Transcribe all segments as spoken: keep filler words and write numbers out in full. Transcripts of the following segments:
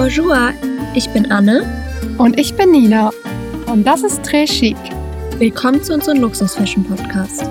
Bonjour, ich bin Anne. Und ich bin Nina. Und das ist Très Chic. Willkommen zu unserem Luxus-Fashion-Podcast.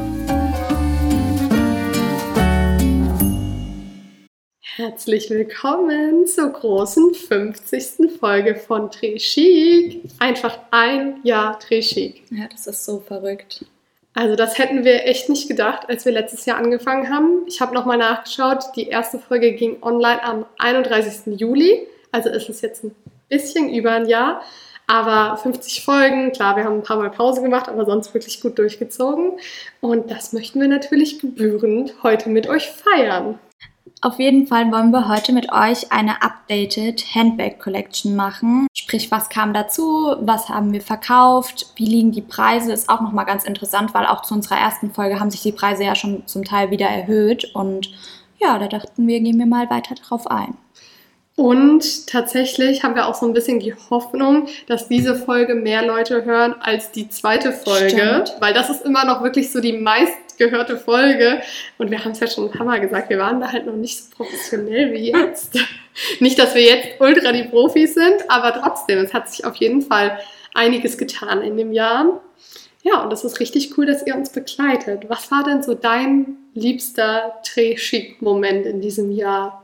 Herzlich willkommen zur großen fünfzigsten Folge von Très Chic. Einfach ein Jahr Très Chic. Ja, das ist so verrückt. Also das hätten wir echt nicht gedacht, als wir letztes Jahr angefangen haben. Ich habe nochmal nachgeschaut, die erste Folge ging online am einunddreißigsten Juli. Also ist es jetzt ein bisschen über ein Jahr. Aber fünfzig Folgen, klar, wir haben ein paar Mal Pause gemacht, aber sonst wirklich gut durchgezogen. Und das möchten wir natürlich gebührend heute mit euch feiern. Auf jeden Fall wollen wir heute mit euch eine Updated Handbag Collection machen. Sprich, was kam dazu, was haben wir verkauft, wie liegen die Preise, ist auch nochmal ganz interessant, weil auch zu unserer ersten Folge haben sich die Preise ja schon zum Teil wieder erhöht. Und ja, da dachten wir, gehen wir mal weiter drauf ein. Und tatsächlich haben wir auch so ein bisschen die Hoffnung, dass diese Folge mehr Leute hören als die zweite Folge. Stimmt. Weil das ist immer noch wirklich so die meistgehörte Folge. Und wir haben es ja schon ein paar Mal gesagt, wir waren da halt noch nicht so professionell wie jetzt. Nicht, dass wir jetzt ultra die Profis sind, aber trotzdem, es hat sich auf jeden Fall einiges getan in dem Jahr. Ja, und das ist richtig cool, dass ihr uns begleitet. Was war denn so dein liebster Très Chic-Moment in diesem Jahr?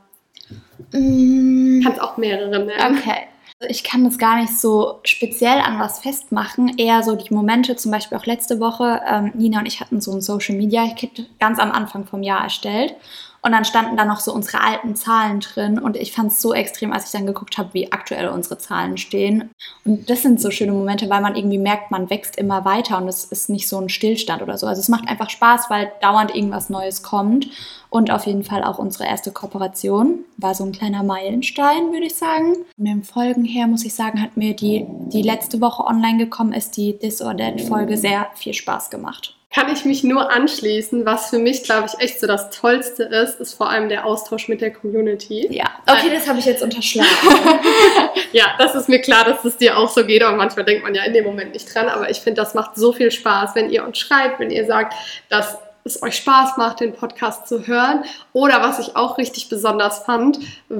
Mm. Kannst auch mehrere nennen. Okay. Ich kann das gar nicht so speziell an was festmachen, eher so die Momente, zum Beispiel auch letzte Woche, ähm, Nina und ich hatten so ein Social-Media-Kit ganz am Anfang vom Jahr erstellt und dann standen da noch so unsere alten Zahlen drin und ich fand es so extrem, als ich dann geguckt habe, wie aktuell unsere Zahlen stehen. Und das sind so schöne Momente, weil man irgendwie merkt, man wächst immer weiter und es ist nicht so ein Stillstand oder so. Also es macht einfach Spaß, weil dauernd irgendwas Neues kommt. Und auf jeden Fall auch unsere erste Kooperation war so ein kleiner Meilenstein, würde ich sagen. Von den Folgen her, muss ich sagen, hat mir die, die letzte Woche online gekommen ist, die This or That Folge sehr viel Spaß gemacht. Kann ich mich nur anschließen. Was für mich, glaube ich, echt so das Tollste ist, ist vor allem der Austausch mit der Community. Ja, okay, das habe ich jetzt unterschlagen. Ja, das ist mir klar, dass es dir auch so geht, aber manchmal denkt man ja in dem Moment nicht dran. Aber ich finde, das macht so viel Spaß, wenn ihr uns schreibt, wenn ihr sagt, dass es euch Spaß macht, den Podcast zu hören. Oder was ich auch richtig besonders fand,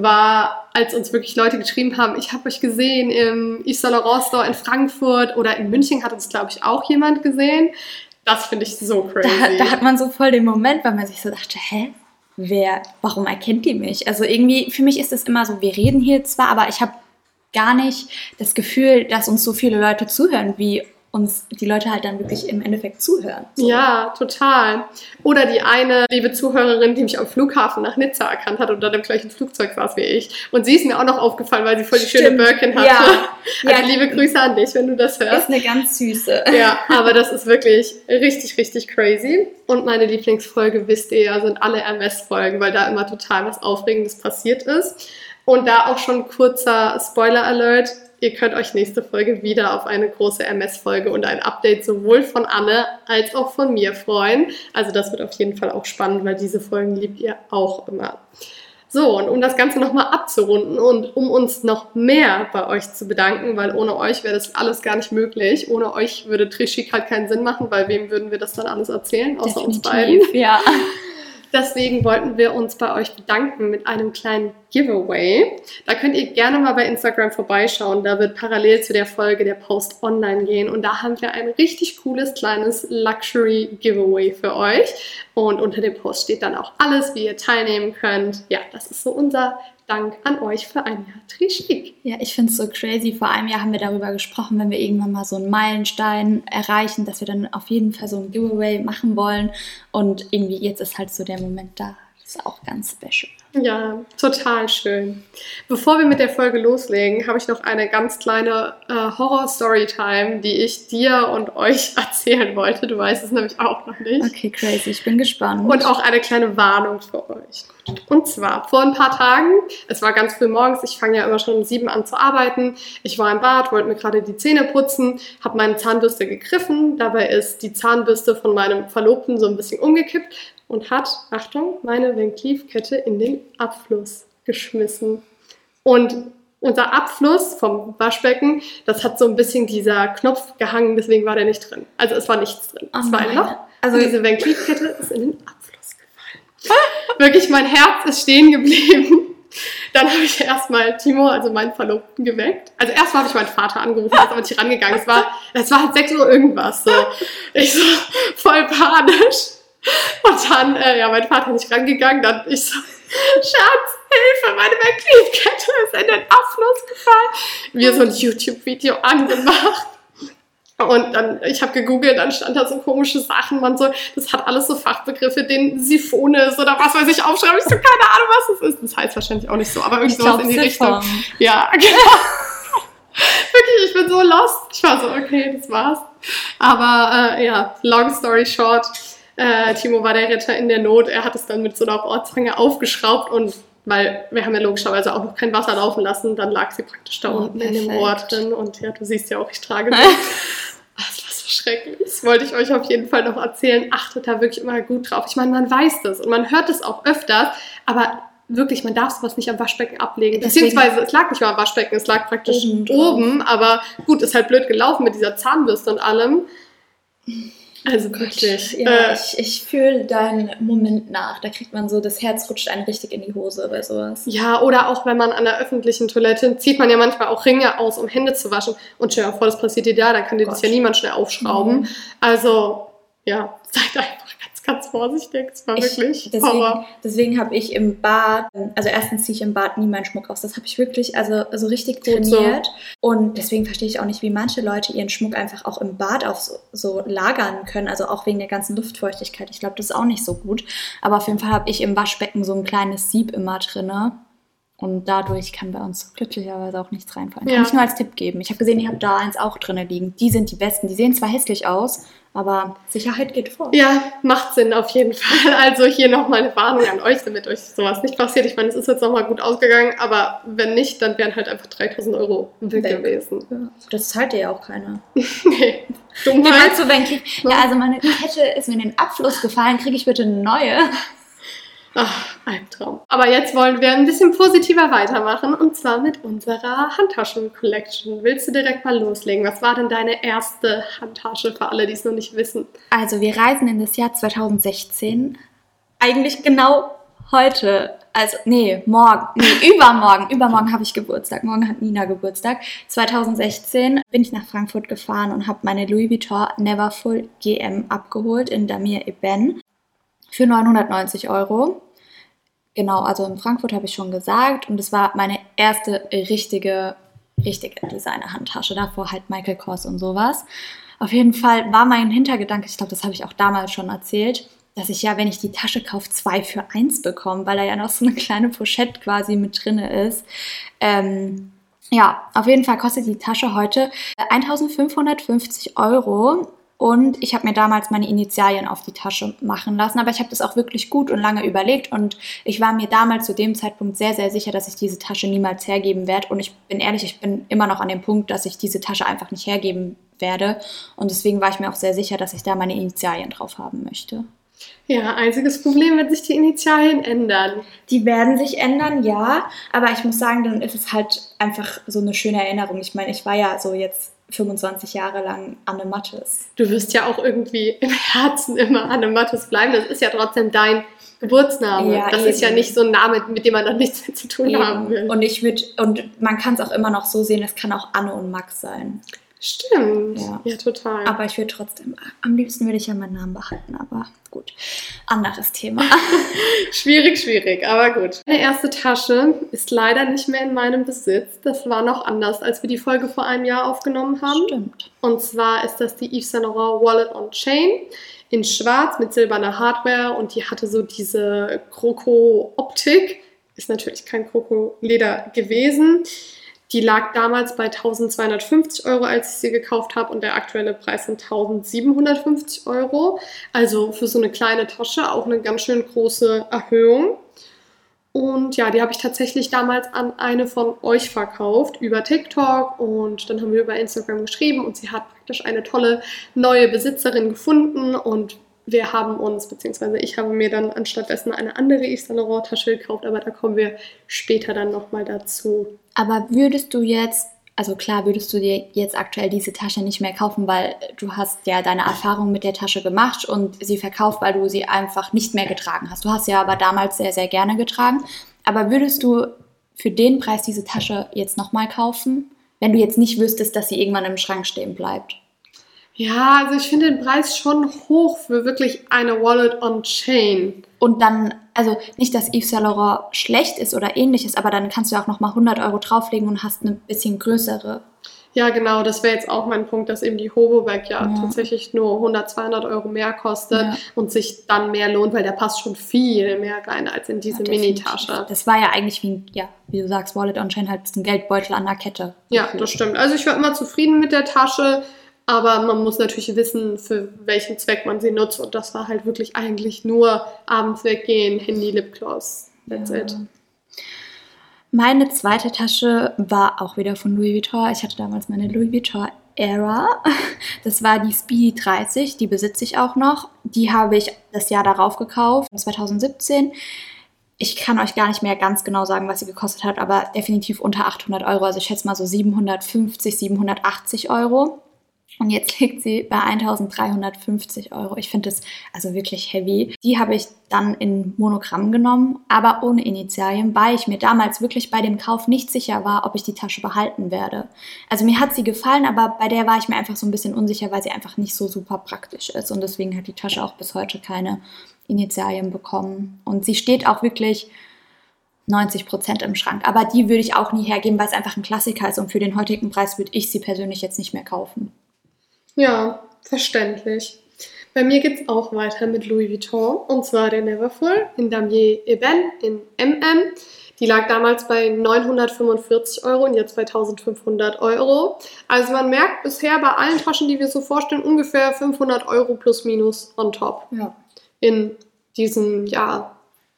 war, als uns wirklich Leute geschrieben haben, ich habe euch gesehen im Yves Saint Laurent Store in Frankfurt oder in München hat uns, glaube ich, auch jemand gesehen. Das finde ich so crazy. Da, da hat man so voll den Moment, weil man sich so dachte, hä, wer, warum erkennt die mich? Also irgendwie, für mich ist es immer so, wir reden hier zwar, aber ich habe gar nicht das Gefühl, dass uns so viele Leute zuhören, wie uns die Leute halt dann wirklich im Endeffekt zuhören. So. Ja, total. Oder die eine liebe Zuhörerin, die mich am Flughafen nach Nizza erkannt hat und dann im gleichen Flugzeug saß wie ich. Und sie ist mir auch noch aufgefallen, weil sie voll die Stimmt. schöne Birkin hatte. Ja. Also Ja. liebe Grüße an dich, wenn du das hörst. Ist eine ganz süße. Ja, aber das ist wirklich richtig, richtig crazy. Und meine Lieblingsfolge, wisst ihr ja, sind alle M S-Folgen, weil da immer total was Aufregendes passiert ist. Und da auch schon kurzer Spoiler-Alert. Ihr könnt euch nächste Folge wieder auf eine große M S-Folge und ein Update sowohl von Anne als auch von mir freuen. Also das wird auf jeden Fall auch spannend, weil diese Folgen liebt ihr auch immer. So, und um das Ganze nochmal abzurunden und um uns noch mehr bei euch zu bedanken, weil ohne euch wäre das alles gar nicht möglich. Ohne euch würde Très Chic halt keinen Sinn machen, weil wem würden wir das dann alles erzählen, außer uns beiden. Ja. Deswegen wollten wir uns bei euch bedanken mit einem kleinen Giveaway. Da könnt ihr gerne mal bei Instagram vorbeischauen. Da wird parallel zu der Folge der Post online gehen. Und da haben wir ein richtig cooles kleines Luxury-Giveaway für euch. Und unter dem Post steht dann auch alles, wie ihr teilnehmen könnt. Ja, das ist so unser Dank an euch für ein Jahr Très Chic. Ja, ich finde es so crazy. Vor einem Jahr haben wir darüber gesprochen, wenn wir irgendwann mal so einen Meilenstein erreichen, dass wir dann auf jeden Fall so ein Giveaway machen wollen. Und irgendwie jetzt ist halt so der Moment da. Das ist auch ganz special. Ja, total schön. Bevor wir mit der Folge loslegen, habe ich noch eine ganz kleine äh, Horror-Story-Time, die ich dir und euch erzählen wollte. Du weißt es nämlich auch noch nicht. Okay, crazy. Ich bin gespannt. Und auch eine kleine Warnung für euch. Und zwar vor ein paar Tagen, es war ganz früh morgens, ich fange ja immer schon um sieben an zu arbeiten. Ich war im Bad, wollte mir gerade die Zähne putzen, habe meine Zahnbürste gegriffen. Dabei ist die Zahnbürste von meinem Verlobten so ein bisschen umgekippt und hat, Achtung, meine Van Cleef-Kette in den Abfluss geschmissen. Und unser Abfluss vom Waschbecken, das hat so ein bisschen dieser Knopf gehangen, deswegen war der nicht drin. Also es war nichts drin. Oh es war ein Loch. Also und diese Van Cleef-Kette ist in den Abfluss gefallen. Wirklich, mein Herz ist stehen geblieben. Dann habe ich erstmal Timo, also meinen Verlobten, geweckt. Also erstmal habe ich meinen Vater angerufen, er ist aber nicht rangegangen. Es war, es war halt sechs Uhr irgendwas. So. Ich so voll panisch. Und dann, äh, ja, mein Vater nicht rangegangen. Dann ich so, Schatz, Hilfe, meine McLean-Kette ist in den Abfluss gefallen. Mir so ein YouTube-Video angemacht. Und dann, ich habe gegoogelt, dann stand da so komische Sachen, man so, das hat alles so Fachbegriffe, den Siphones oder was weiß ich, aufschreiben. Ich so, keine Ahnung, was das ist. Das heißt wahrscheinlich auch nicht so, aber irgendwie sowas in die Richtung. Ja, genau. Wirklich, ich bin so lost. Ich war so, okay, das war's. Aber äh, ja, long story short, äh, Timo war der Retter in der Not. Er hat es dann mit so einer Bordstange aufgeschraubt und weil wir haben ja logischerweise auch noch kein Wasser laufen lassen, dann lag sie praktisch da oh, unten perfekt. in dem Rohr drin. Und ja, du siehst ja auch, ich trage das. Das war so schrecklich. Das wollte ich euch auf jeden Fall noch erzählen. Achtet da wirklich immer gut drauf. Ich meine, man weiß das und man hört es auch öfters, aber wirklich, man darf sowas nicht am Waschbecken ablegen. Deswegen, beziehungsweise, es lag nicht mal am Waschbecken, es lag praktisch oben, oben aber gut, ist halt blöd gelaufen mit dieser Zahnbürste und allem. Also wirklich. Ja, äh, ich, ich fühle deinen Moment nach. Da kriegt man so, das Herz rutscht einem richtig in die Hose bei sowas. Ja, oder auch wenn man an der öffentlichen Toilette, zieht man ja manchmal auch Ringe aus, um Hände zu waschen. Und stell dir vor, das passiert dir da, dann kann dir das ja niemand schnell aufschrauben. Mhm. Also, ja, seid einfach ganz, ganz vorsichtig. Das war ich, wirklich deswegen, Horror. Deswegen habe ich im Bad, also erstens ziehe ich im Bad nie meinen Schmuck aus. Das habe ich wirklich also so richtig trainiert. So. Und deswegen verstehe ich auch nicht, wie manche Leute ihren Schmuck einfach auch im Bad auf so, so lagern können. Also auch wegen der ganzen Luftfeuchtigkeit. Ich glaube, das ist auch nicht so gut. Aber auf jeden Fall habe ich im Waschbecken so ein kleines Sieb immer drinne. Und dadurch kann bei uns glücklicherweise auch nichts reinfallen. Ja. Kann ich nur als Tipp geben. Ich habe gesehen, ihr habt da eins auch drinne liegen. Die sind die besten. Die sehen zwar hässlich aus, aber Sicherheit geht vor. Ja, macht Sinn auf jeden Fall. Also hier nochmal eine Warnung an euch, damit euch sowas nicht passiert. Ich meine, es ist jetzt nochmal gut ausgegangen, aber wenn nicht, dann wären halt einfach dreitausend Euro weg gewesen. Ja. Das zahlt dir ja auch keiner. Nee. Dummheit. So, wenn ich, ja, also meine Kette ist mir in den Abfluss gefallen, kriege ich bitte eine neue? Ach, Albtraum. Aber jetzt wollen wir ein bisschen positiver weitermachen und zwar mit unserer Handtaschen-Collection. Willst du direkt mal loslegen? Was war denn deine erste Handtasche für alle, die es noch nicht wissen? Also wir reisen in das Jahr zwanzig sechzehn. Eigentlich genau heute. Also, nee, morgen. Nee, übermorgen. Übermorgen habe ich Geburtstag. Morgen hat Nina Geburtstag. zwanzig sechzehn bin ich nach Frankfurt gefahren und habe meine Louis Vuitton Neverfull G M abgeholt in Damir Ebene. Für neunhundertneunzig Euro. Genau, also in Frankfurt habe ich schon gesagt. Und es war meine erste richtige, richtige Designer-Handtasche. Davor halt Michael Kors und sowas. Auf jeden Fall war mein Hintergedanke, ich glaube, das habe ich auch damals schon erzählt, dass ich ja, wenn ich die Tasche kaufe, zwei für eins bekomme, weil da ja noch so eine kleine Pochette quasi mit drin ist. Ähm, ja, auf jeden Fall kostet die Tasche heute eintausendfünfhundertfünfzig Euro. Und ich habe mir damals meine Initialien auf die Tasche machen lassen, aber ich habe das auch wirklich gut und lange überlegt und ich war mir damals zu dem Zeitpunkt sehr, sehr sicher, dass ich diese Tasche niemals hergeben werde und ich bin ehrlich, ich bin immer noch an dem Punkt, dass ich diese Tasche einfach nicht hergeben werde und deswegen war ich mir auch sehr sicher, dass ich da meine Initialien drauf haben möchte. Ja, einziges Problem, wenn sich die Initialien ändern. Die werden sich ändern, ja, aber ich muss sagen, dann ist es halt einfach so eine schöne Erinnerung. Ich meine, ich war ja so jetzt fünfundzwanzig Jahre lang Anne Mattes. Du wirst ja auch irgendwie im Herzen immer Anne Mattes bleiben. Das ist ja trotzdem dein Geburtsname. Ja, das eben. Ist ja nicht so ein Name, mit dem man dann nichts mehr zu tun eben. haben will. Und ich würde, und man kann es auch immer noch so sehen, es kann auch Anne und Max sein. Stimmt, ja, ja total. Aber ich würde trotzdem, am liebsten würde ich ja meinen Namen behalten, aber gut, anderes Thema. Schwierig, schwierig, aber gut. Meine erste Tasche ist leider nicht mehr in meinem Besitz. Das war noch anders, als wir die Folge vor einem Jahr aufgenommen haben. Stimmt. Und zwar ist das die Yves Saint Laurent Wallet on Chain in schwarz mit silberner Hardware und die hatte so diese Kroko-Optik. Ist natürlich kein Kroko-Leder gewesen. Die lag damals bei eintausendzweihundertfünfzig Euro, als ich sie gekauft habe und der aktuelle Preis sind eintausendsiebenhundertfünfzig Euro. Also für so eine kleine Tasche auch eine ganz schön große Erhöhung. Und ja, die habe ich tatsächlich damals an eine von euch verkauft über TikTok und dann haben wir über Instagram geschrieben und sie hat praktisch eine tolle neue Besitzerin gefunden und wir haben uns, beziehungsweise ich habe mir dann anstattdessen eine andere Yves Saint Laurent Tasche gekauft, aber da kommen wir später dann nochmal dazu. Aber würdest du jetzt, also klar, würdest du dir jetzt aktuell diese Tasche nicht mehr kaufen, weil du hast ja deine Erfahrung mit der Tasche gemacht und sie verkauft, weil du sie einfach nicht mehr getragen hast. Du hast sie aber damals sehr, sehr gerne getragen. Aber würdest du für den Preis diese Tasche jetzt nochmal kaufen, wenn du jetzt nicht wüsstest, dass sie irgendwann im Schrank stehen bleibt? Ja, also ich finde den Preis schon hoch für wirklich eine Wallet on Chain. Und dann, also nicht, dass Yves Saint Laurent schlecht ist oder ähnliches, aber dann kannst du auch nochmal hundert Euro drauflegen und hast eine bisschen größere. Ja, genau, das wäre jetzt auch mein Punkt, dass eben die Hobo-Bag ja, Ja. tatsächlich nur hundert, zweihundert Euro mehr kostet Ja. und sich dann mehr lohnt, weil der passt schon viel mehr rein als in diese Ja, Mini-Tasche. definitiv. Das war ja eigentlich wie, ja, wie du sagst, Wallet on Chain, halt ein Geldbeutel an der Kette. Ja, das stimmt. Also ich war immer zufrieden mit der Tasche, aber man muss natürlich wissen, für welchen Zweck man sie nutzt. Und das war halt wirklich eigentlich nur abends weggehen, Handy, Lipgloss, that's Ja. it. Meine zweite Tasche war auch wieder von Louis Vuitton. Ich hatte damals meine Louis Vuitton-Ära. Das war die Speedy dreißig, die besitze ich auch noch. Die habe ich das Jahr darauf gekauft, zwanzig siebzehn. Ich kann euch gar nicht mehr ganz genau sagen, was sie gekostet hat, aber definitiv unter achthundert Euro. Also ich schätze mal so siebenhundertfünfzig, siebenhundertachtzig Euro. Und jetzt liegt sie bei eintausenddreihundertfünfzig Euro. Ich finde das also wirklich heavy. Die habe ich dann in Monogramm genommen, aber ohne Initialien, weil ich mir damals wirklich bei dem Kauf nicht sicher war, ob ich die Tasche behalten werde. Also mir hat sie gefallen, aber bei der war ich mir einfach so ein bisschen unsicher, weil sie einfach nicht so super praktisch ist. Und deswegen hat die Tasche auch bis heute keine Initialien bekommen. Und sie steht auch wirklich neunzig Prozent im Schrank. Aber die würde ich auch nie hergeben, weil es einfach ein Klassiker ist. Und für den heutigen Preis würde ich sie persönlich jetzt nicht mehr kaufen. Ja, verständlich. Bei mir geht es auch weiter mit Louis Vuitton, und zwar der Neverfull in Damier Ebene in M M. Die lag damals bei neunhundertfünfundvierzig Euro und jetzt bei eintausendfünfhundert Euro. Also man merkt bisher bei allen Taschen, die wir so vorstellen, ungefähr fünfhundert Euro plus minus on top. Ja. In diesen, ja,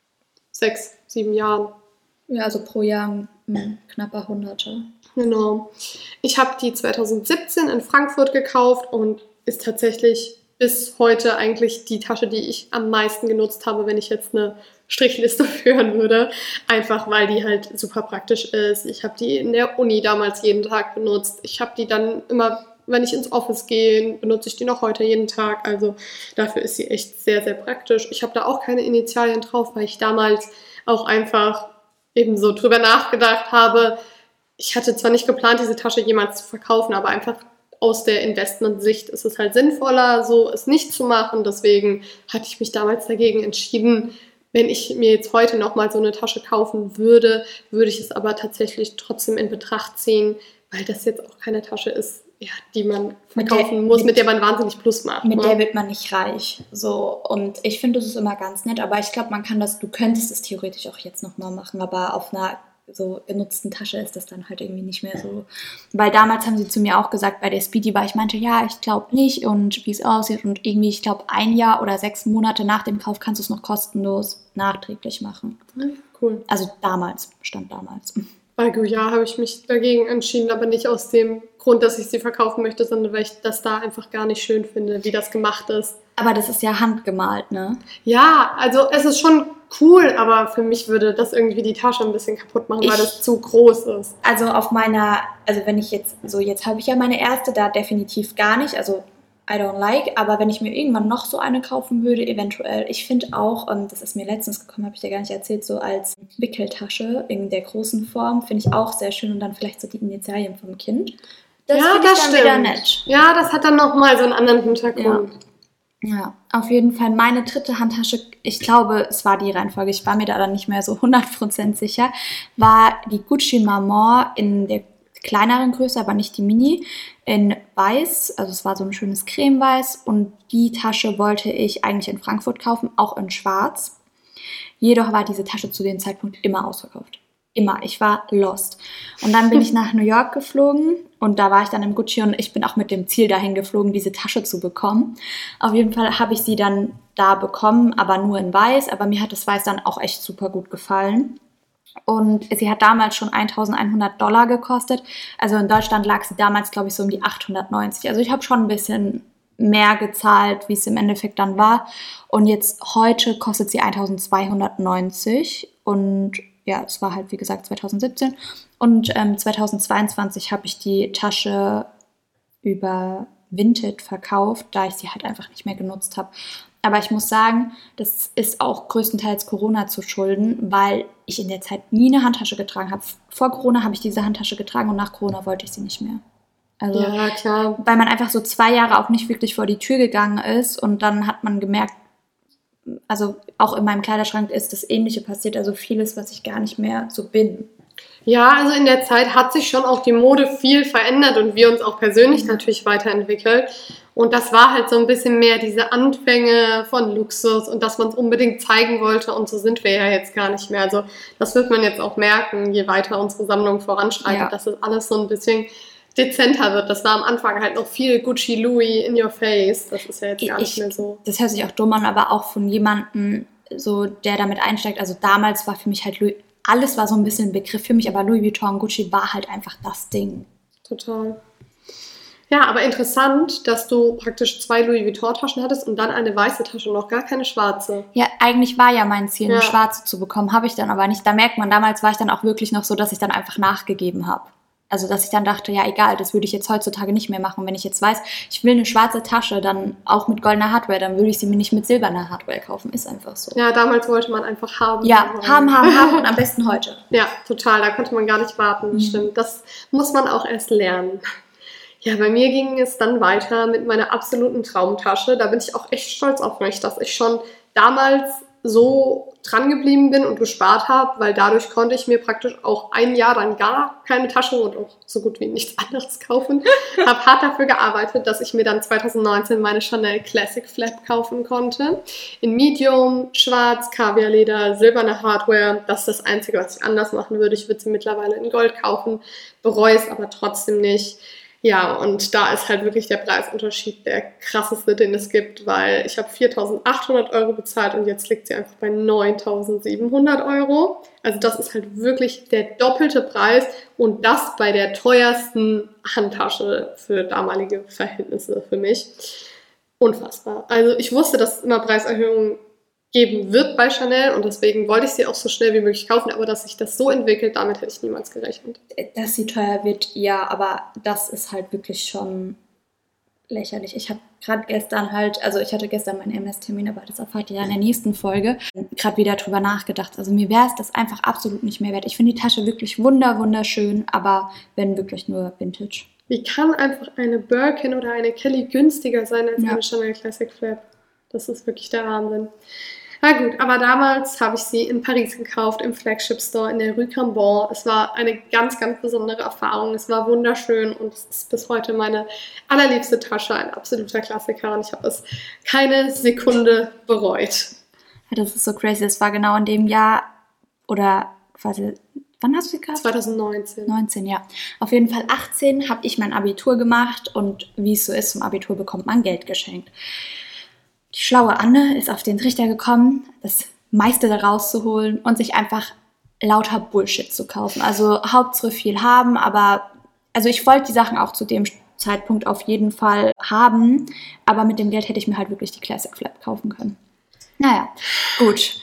sechs, sieben Jahren. Ja, also pro Jahr mh, knapper Hunderte. Genau. Ich habe die zwanzig siebzehn in Frankfurt gekauft und ist tatsächlich bis heute eigentlich die Tasche, die ich am meisten genutzt habe, wenn ich jetzt eine Strichliste führen würde. Einfach, weil die halt super praktisch ist. Ich habe die in der Uni damals jeden Tag benutzt. Ich habe die dann immer, wenn ich ins Office gehe, benutze ich die noch heute jeden Tag. Also dafür ist sie echt sehr, sehr praktisch. Ich habe da auch keine Initialien drauf, weil ich damals auch einfach eben so drüber nachgedacht habe. Ich hatte zwar nicht geplant, diese Tasche jemals zu verkaufen, aber einfach aus der Investmentsicht ist es halt sinnvoller, so es nicht zu machen. Deswegen hatte ich mich damals dagegen entschieden. Wenn ich mir jetzt heute nochmal so eine Tasche kaufen würde, würde ich es aber tatsächlich trotzdem in Betracht ziehen, weil das jetzt auch keine Tasche ist, ja, die man verkaufen Mit der- muss, mit- mit der man wahnsinnig Plus macht. Mit ne? der wird man nicht reich. So. Und ich finde, das ist immer ganz nett, aber ich glaube, man kann das, du könntest es theoretisch auch jetzt nochmal machen, aber auf einer so genutzten Tasche ist das dann halt irgendwie nicht mehr so. Weil damals haben sie zu mir auch gesagt, bei der Speedy, weil ich meinte, ja, ich glaube nicht und wie es aussieht und irgendwie, ich glaube, ein Jahr oder sechs Monate nach dem Kauf kannst du es noch kostenlos nachträglich machen. Ja, cool. Also damals, stand damals. Bei Goya habe ich mich dagegen entschieden, aber nicht aus dem Grund, dass ich sie verkaufen möchte, sondern weil ich das da einfach gar nicht schön finde, wie das gemacht ist. Aber das ist ja handgemalt, ne? Ja, also es ist schon cool, aber für mich würde das irgendwie die Tasche ein bisschen kaputt machen, Ich- weil das zu groß ist. Also auf meiner, also wenn ich jetzt, so jetzt habe ich ja meine erste, da definitiv gar nicht, also I don't like, aber wenn ich mir irgendwann noch so eine kaufen würde, eventuell, ich finde auch, ähm, das ist mir letztens gekommen, habe ich dir gar nicht erzählt, so als Wickeltasche in der großen Form, finde ich auch sehr schön und dann vielleicht so die Initialien vom Kind. Das ja, finde ich das dann stimmt. wieder nett. Ja, das hat dann nochmal so einen anderen Hintergrund. Ja, auf jeden Fall meine dritte Handtasche, ich glaube, es war die Reihenfolge, ich war mir da dann nicht mehr so hundert Prozent sicher, war die Gucci Maman in der kleineren Größe, aber nicht die Mini, in weiß, also es war so ein schönes Cremeweiß und die Tasche wollte ich eigentlich in Frankfurt kaufen, auch in schwarz. Jedoch war diese Tasche zu dem Zeitpunkt immer ausverkauft. Immer. Ich war lost. Und dann bin ich nach New York geflogen und da war ich dann im Gucci und ich bin auch mit dem Ziel dahin geflogen, diese Tasche zu bekommen. Auf jeden Fall habe ich sie dann da bekommen, aber nur in weiß. Aber mir hat das Weiß dann auch echt super gut gefallen. Und sie hat damals schon eintausendeinhundert Dollar gekostet. Also in Deutschland lag sie damals, glaube ich, so um die achthundertneunzig. Also ich habe schon ein bisschen mehr gezahlt, wie es im Endeffekt dann war. Und jetzt heute kostet sie eintausendzweihundertneunzig und ja, es war halt, wie gesagt, zwanzig siebzehn. Und ähm, zweitausendzweiundzwanzig habe ich die Tasche über Vinted verkauft, da ich sie halt einfach nicht mehr genutzt habe. Aber ich muss sagen, das ist auch größtenteils Corona zu schulden, weil ich in der Zeit nie eine Handtasche getragen habe. Vor Corona habe ich diese Handtasche getragen und nach Corona wollte ich sie nicht mehr. Also, ja, klar. Weil man einfach so zwei Jahre auch nicht wirklich vor die Tür gegangen ist und dann hat man gemerkt, also auch in meinem Kleiderschrank ist das Ähnliche passiert, also vieles, was ich gar nicht mehr so bin. Ja, also in der Zeit hat sich schon auch die Mode viel verändert und wir uns auch persönlich natürlich weiterentwickelt. Und das war halt so ein bisschen mehr diese Anfänge von Luxus und dass man es unbedingt zeigen wollte und so sind wir ja jetzt gar nicht mehr. Also das wird man jetzt auch merken, je weiter unsere Sammlung voranschreitet, ja. dass das alles so ein bisschen dezenter wird. Das war am Anfang halt noch viel Gucci, Louis in your face. Das ist ja jetzt gar nicht ich, mehr so. Das hört sich auch dumm an, aber auch von jemandem, so, der damit einsteigt. Also damals war für mich halt Louis, alles war so ein bisschen ein Begriff für mich, aber Louis Vuitton, Gucci war halt einfach das Ding. Total. Ja, aber interessant, dass du praktisch zwei Louis Vuitton-Taschen hattest und dann eine weiße Tasche und noch gar keine schwarze. Ja, eigentlich war ja mein Ziel, ja. eine schwarze zu bekommen. Habe ich dann aber nicht. Da merkt man, damals war ich dann auch wirklich noch so, dass ich dann einfach nachgegeben habe. Also, dass ich dann dachte, ja, egal, das würde ich jetzt heutzutage nicht mehr machen. Wenn ich jetzt weiß, ich will eine schwarze Tasche, dann auch mit goldener Hardware, dann würde ich sie mir nicht mit silberner Hardware kaufen. Ist einfach so. Ja, damals wollte man einfach haben. Ja, haben, haben, haben und am besten heute. Ja, total. Da konnte man gar nicht warten. Mhm. Stimmt. Das muss man auch erst lernen. Ja, bei mir ging es dann weiter mit meiner absoluten Traumtasche. Da bin ich auch echt stolz auf mich, dass ich schon damals so dran geblieben bin und gespart habe, weil dadurch konnte ich mir praktisch auch ein Jahr dann gar keine Tasche und auch so gut wie nichts anderes kaufen. Habe hart dafür gearbeitet, dass ich mir dann zwanzig neunzehn meine Chanel Classic Flap kaufen konnte. In Medium, schwarz, Kaviarleder, silberne Hardware. Das ist das Einzige, was ich anders machen würde. Ich würde sie mittlerweile in Gold kaufen, bereue es aber trotzdem nicht. Ja, und da ist halt wirklich der Preisunterschied der krasseste, den es gibt, weil ich habe viertausendachthundert Euro bezahlt und jetzt liegt sie einfach bei neuntausendsiebenhundert Euro. Also das ist halt wirklich der doppelte Preis und das bei der teuersten Handtasche für damalige Verhältnisse für mich. Unfassbar. Also ich wusste, dass es immer Preiserhöhungen geben wird bei Chanel und deswegen wollte ich sie auch so schnell wie möglich kaufen, aber dass sich das so entwickelt, damit hätte ich niemals gerechnet. Dass sie teuer wird, ja, aber das ist halt wirklich schon lächerlich. Ich habe gerade gestern halt, also ich hatte gestern meinen M S-Termin, aber das erfahrt ihr ja in der nächsten Folge, gerade wieder drüber nachgedacht. Also mir wäre es das einfach absolut nicht mehr wert. Ich finde die Tasche wirklich wunder, wunderschön, aber wenn wirklich nur Vintage. Wie kann einfach eine Birkin oder eine Kelly günstiger sein als ja. eine Chanel Classic Flap? Das ist wirklich der Wahnsinn. Na gut, aber damals habe ich sie in Paris gekauft, im Flagship Store in der Rue Cambon. Es war eine ganz, ganz besondere Erfahrung. Es war wunderschön und es ist bis heute meine allerliebste Tasche, ein absoluter Klassiker und ich habe es keine Sekunde bereut. Ja, das ist so crazy. Das war genau in dem Jahr oder quasi, wann hast du sie gekauft? zwanzig neunzehn. neunzehn, ja. Auf jeden Fall achtzehn habe ich mein Abitur gemacht und wie es so ist, zum Abitur bekommt man Geld geschenkt. Die schlaue Anne ist auf den Trichter gekommen, das meiste da rauszuholen und sich einfach lauter Bullshit zu kaufen. Also Hauptsache viel haben, aber also ich wollte die Sachen auch zu dem Zeitpunkt auf jeden Fall haben, aber mit dem Geld hätte ich mir halt wirklich die Classic Flap kaufen können. Naja, gut.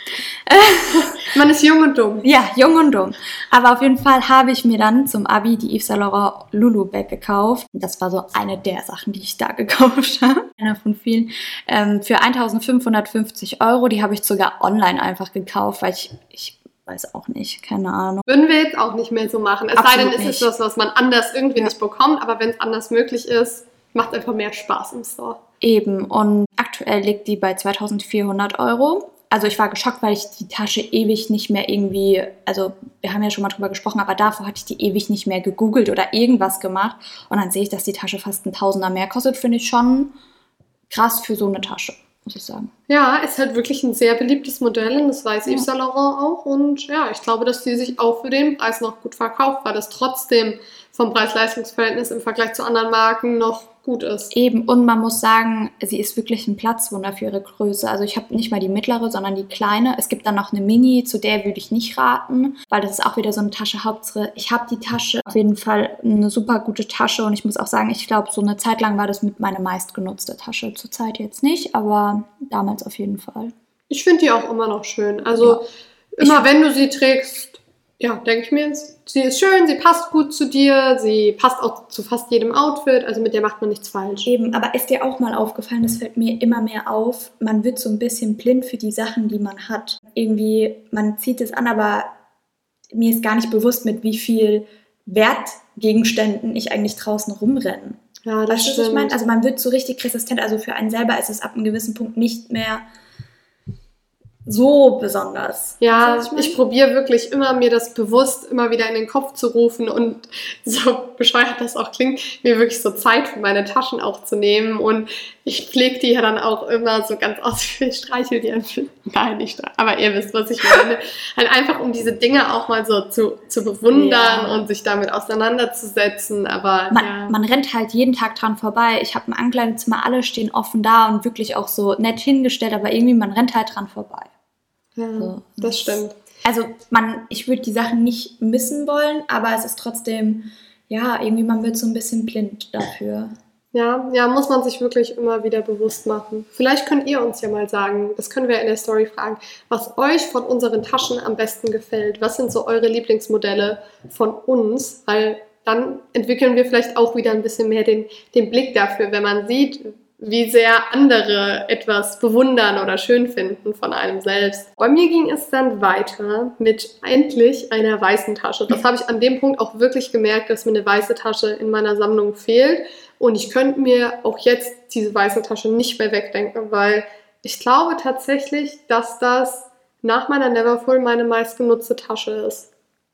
Man ist jung und dumm. Ja, jung und dumm. Aber auf jeden Fall habe ich mir dann zum Abi die Yves Saint Laurent Lulu Bag gekauft. Das war so eine der Sachen, die ich da gekauft habe. Einer von vielen. Ähm, für eintausendfünfhundertfünfzig Euro. Die habe ich sogar online einfach gekauft, weil ich, ich weiß auch nicht, keine Ahnung. Würden wir jetzt auch nicht mehr so machen. Es Absolut sei denn, es ist was, was man anders irgendwie ja. nicht bekommt. Aber wenn es anders möglich ist, macht einfach mehr Spaß im Store. Eben. Und aktuell liegt die bei zweitausendvierhundert Euro. Also ich war geschockt, weil ich die Tasche ewig nicht mehr irgendwie, also wir haben ja schon mal drüber gesprochen, aber davor hatte ich die ewig nicht mehr gegoogelt oder irgendwas gemacht. Und dann sehe ich, dass die Tasche fast ein Tausender mehr kostet, finde ich schon krass für so eine Tasche, muss ich sagen. Ja, ist halt wirklich ein sehr beliebtes Modell und das weiß ja. Yves Saint Laurent auch. Und ja, ich glaube, dass die sich auch für den Preis noch gut verkauft, weil das trotzdem vom Preis-Leistungs-Verhältnis im Vergleich zu anderen Marken noch gut ist. Eben, und man muss sagen, sie ist wirklich ein Platzwunder für ihre Größe. Also ich habe nicht mal die mittlere, sondern die kleine. Es gibt dann noch eine Mini, zu der würde ich nicht raten, weil das ist auch wieder so eine Tasche. Hauptsache, ich habe die Tasche, auf jeden Fall eine super gute Tasche und ich muss auch sagen, ich glaube, so eine Zeit lang war das mit meine meistgenutzte Tasche. Zurzeit jetzt nicht, aber damals auf jeden Fall. Ich finde die auch immer noch schön. Also ja. immer ich, wenn du sie trägst, Ja, denke ich mir, sie ist schön, sie passt gut zu dir, sie passt auch zu fast jedem Outfit, also mit der macht man nichts falsch. Eben, aber ist dir auch mal aufgefallen, das fällt mir immer mehr auf, man wird so ein bisschen blind für die Sachen, die man hat. Irgendwie, man zieht es an, aber mir ist gar nicht bewusst, mit wie viel Wertgegenständen ich eigentlich draußen rumrenne. Ja, das weißt du, stimmt. was ich meine? Also man wird so richtig resistent, also für einen selber ist es ab einem gewissen Punkt nicht mehr so besonders. Ja, weißt du, was ich, ich ich probiere wirklich immer, mir das bewusst immer wieder in den Kopf zu rufen und so bescheuert das auch klingt, mir wirklich so Zeit für meine Taschen auch zu nehmen und ich pflege die ja dann auch immer so ganz ausführlich, streichel die einfach. Nein, nicht streichel, aber ihr wisst, was ich meine. Halt einfach, um diese Dinge auch mal so zu, zu bewundern Ja. und sich damit auseinanderzusetzen, aber Man, ja. man rennt halt jeden Tag dran vorbei. Ich habe ein Ankleidezimmer, alle stehen offen da und wirklich auch so nett hingestellt, aber irgendwie man rennt halt dran vorbei. Ja, So. das stimmt. Also man, ich würde die Sachen nicht missen wollen, aber es ist trotzdem, ja, irgendwie man wird so ein bisschen blind dafür. Ja, ja, muss man sich wirklich immer wieder bewusst machen. Vielleicht könnt ihr uns ja mal sagen, das können wir in der Story fragen, was euch von unseren Taschen am besten gefällt. Was sind so eure Lieblingsmodelle von uns? Weil dann entwickeln wir vielleicht auch wieder ein bisschen mehr den, den Blick dafür, wenn man sieht, wie sehr andere etwas bewundern oder schön finden von einem selbst. Bei mir ging es dann weiter mit endlich einer weißen Tasche. Das habe ich an dem Punkt auch wirklich gemerkt, dass mir eine weiße Tasche in meiner Sammlung fehlt. Und ich könnte mir auch jetzt diese weiße Tasche nicht mehr wegdenken, weil ich glaube tatsächlich, dass das nach meiner Neverfull meine meistgenutzte Tasche ist.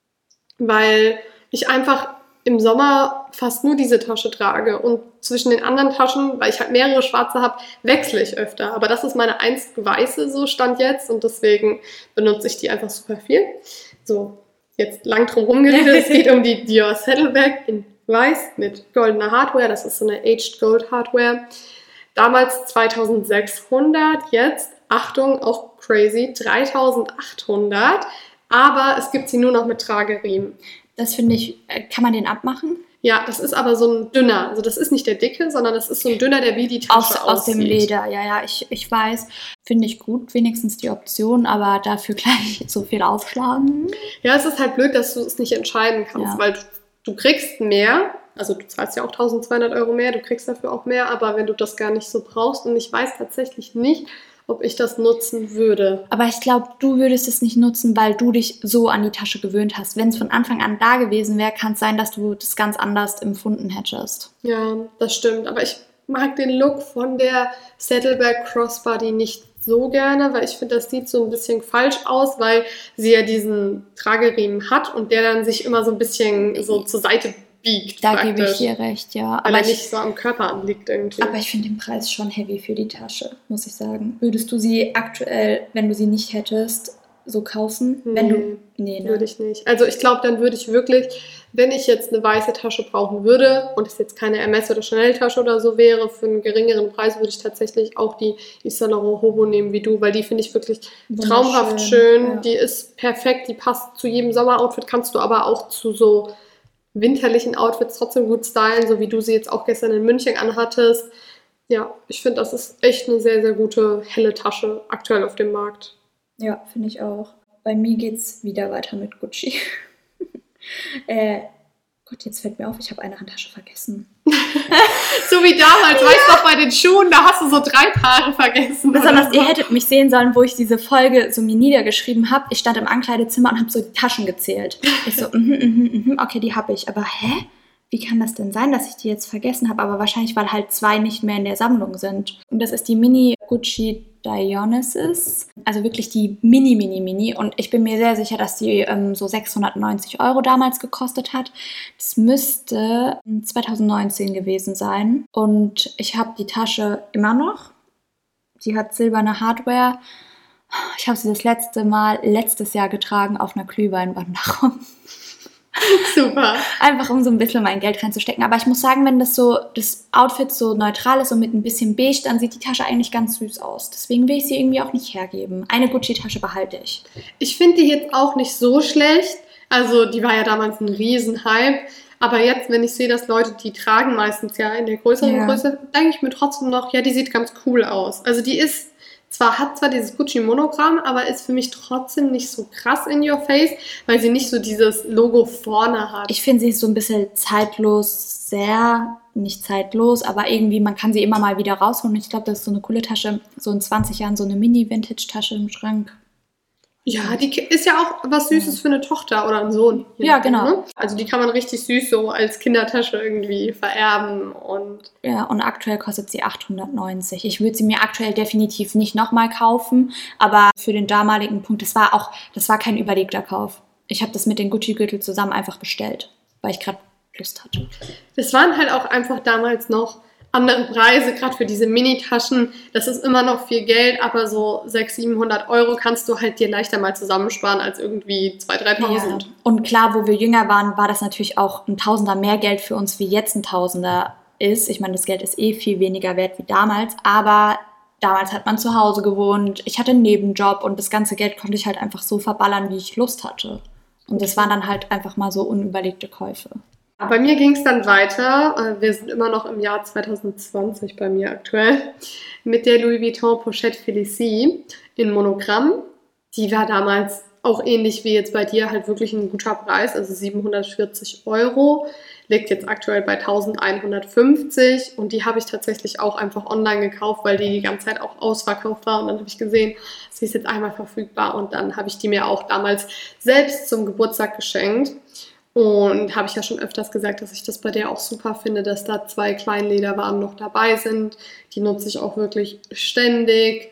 Weil ich einfach im Sommer fast nur diese Tasche trage und zwischen den anderen Taschen, weil ich halt mehrere schwarze habe, wechsle ich öfter. Aber das ist meine einzige weiße, so Stand jetzt, und deswegen benutze ich die einfach super viel. So, jetzt lang drum rumgeredet, es geht um die Dior Saddleback in weiß mit goldener Hardware, das ist so eine Aged Gold Hardware. Damals zweitausendsechshundert, jetzt, Achtung, auch crazy, dreitausendachthundert, aber es gibt sie nur noch mit Trageriemen. Das finde ich, kann man den abmachen? Ja, das ist aber so ein dünner. Also das ist nicht der dicke, sondern das ist so ein dünner, der wie die Tasche aus, aussieht. Aus dem Leder, ja, ja, ich, ich weiß. Finde ich gut, wenigstens die Option, aber dafür gleich so viel aufschlagen. Ja, es ist halt blöd, dass du es nicht entscheiden kannst, Ja. weil du, du kriegst mehr, also du zahlst ja auch tausendzweihundert Euro mehr, du kriegst dafür auch mehr, aber wenn du das gar nicht so brauchst, und ich weiß tatsächlich nicht, ob ich das nutzen würde. Aber ich glaube, du würdest es nicht nutzen, weil du dich so an die Tasche gewöhnt hast. Wenn es von Anfang an da gewesen wäre, kann es sein, dass du das ganz anders empfunden hättest. Ja, das stimmt, aber ich mag den Look von der Saddleback Crossbody nicht so gerne, weil ich finde, das sieht so ein bisschen falsch aus, weil sie ja diesen Trageriemen hat und der dann sich immer so ein bisschen so zur Seite biegt. Da praktisch, gebe ich dir recht, ja. weil Aber er ich, nicht so am Körper anliegt irgendwie. aber ich finde den Preis schon heavy für die Tasche, muss ich sagen. Würdest du sie aktuell, wenn du sie nicht hättest, so kaufen? Nee, wenn du, nee, ne? würde ich nicht. Also ich glaube, dann würde ich wirklich, wenn ich jetzt eine weiße Tasche brauchen würde und es jetzt keine Hermes oder Chanel Tasche oder so wäre, für einen geringeren Preis würde ich tatsächlich auch die Yves Saint Laurent Hobo nehmen wie du, weil die finde ich wirklich traumhaft schön. Ja. Die ist perfekt, die passt zu jedem Sommeroutfit, kannst du aber auch zu so winterlichen Outfits trotzdem gut stylen, so wie du sie jetzt auch gestern in München anhattest. Ja, ich finde, das ist echt eine sehr, sehr gute, helle Tasche aktuell auf dem Markt. Ja, finde ich auch. Bei mir geht's wieder weiter mit Gucci. äh, Gott, jetzt fällt mir auf, ich habe eine Handtasche vergessen. So wie damals, ja. Weißt du noch, bei den Schuhen, da hast du so drei Paare vergessen. Besonders, so. Ihr hättet mich sehen sollen, wo ich diese Folge so mir niedergeschrieben habe. Ich stand im Ankleidezimmer und habe so die Taschen gezählt. Ich so, mhm, mhm, mhm, okay, die habe ich. Aber hä? Wie kann das denn sein, dass ich die jetzt vergessen habe? Aber wahrscheinlich, weil halt zwei nicht mehr in der Sammlung sind. Und das ist die Mini Gucci Dionysus. Also wirklich die Mini, Mini, Mini. Und ich bin mir sehr sicher, dass die ähm, so sechshundertneunzig Euro damals gekostet hat. Das müsste zweitausendneunzehn gewesen sein. Und ich habe die Tasche immer noch. Sie hat silberne Hardware. Ich habe sie das letzte Mal letztes Jahr getragen auf einer Glühweinwanderung. Super. Einfach um so ein bisschen mein Geld reinzustecken. Aber ich muss sagen, wenn das so das Outfit so neutral ist und mit ein bisschen beige, dann sieht die Tasche eigentlich ganz süß aus. Deswegen will ich sie irgendwie auch nicht hergeben. Eine Gucci-Tasche behalte ich. Ich finde die jetzt auch nicht so schlecht. Also die war ja damals ein Riesenhype. Aber jetzt, wenn ich sehe, dass Leute die tragen, meistens ja in der größeren Ja. Größe, denke ich mir trotzdem noch, ja, die sieht ganz cool aus. Also die ist zwar hat zwar dieses Gucci-Monogramm, aber ist für mich trotzdem nicht so krass in your face, weil sie nicht so dieses Logo vorne hat. Ich finde, sie ist so ein bisschen zeitlos, sehr, nicht zeitlos, aber irgendwie, man kann sie immer mal wieder rausholen. Ich glaube, das ist so eine coole Tasche, so in zwanzig Jahren so eine Mini-Vintage-Tasche im Schrank. Ja, die ist ja auch was Süßes für eine Tochter oder einen Sohn. Ja, genau. Ne? Also die kann man richtig süß so als Kindertasche irgendwie vererben. Und ja, und aktuell kostet sie achthundertneunzig. Ich würde sie mir aktuell definitiv nicht nochmal kaufen, aber für den damaligen Punkt, das war auch, das war kein überlegter Kauf. Ich habe das mit den Gucci-Gürtel zusammen einfach bestellt, weil ich gerade Lust hatte. Das waren halt auch einfach damals noch andere Preise, gerade für diese Mini-Taschen. Das ist immer noch viel Geld, aber so sechshundert, siebenhundert Euro kannst du halt dir leichter mal zusammensparen als irgendwie zweitausend, dreitausend. Ja. Und klar, wo wir jünger waren, war das natürlich auch ein Tausender mehr Geld für uns, wie jetzt ein Tausender ist. Ich meine, das Geld ist eh viel weniger wert wie damals, aber damals hat man zu Hause gewohnt. Ich hatte einen Nebenjob und das ganze Geld konnte ich halt einfach so verballern, wie ich Lust hatte. Und das waren dann halt einfach mal so unüberlegte Käufe. Bei mir ging es dann weiter, wir sind immer noch im Jahr zwanzig zwanzig bei mir aktuell, mit der Louis Vuitton Pochette Félicie in Monogramm. Die war damals auch ähnlich wie jetzt bei dir halt wirklich ein guter Preis, also siebenhundertvierzig Euro, liegt jetzt aktuell bei elfhundertfünfzig und die habe ich tatsächlich auch einfach online gekauft, weil die die ganze Zeit auch ausverkauft war und dann habe ich gesehen, sie ist jetzt einmal verfügbar und dann habe ich die mir auch damals selbst zum Geburtstag geschenkt. Und habe ich ja schon öfters gesagt, dass ich das bei der auch super finde, dass da zwei Kleinlederwaren noch dabei sind. Die nutze ich auch wirklich ständig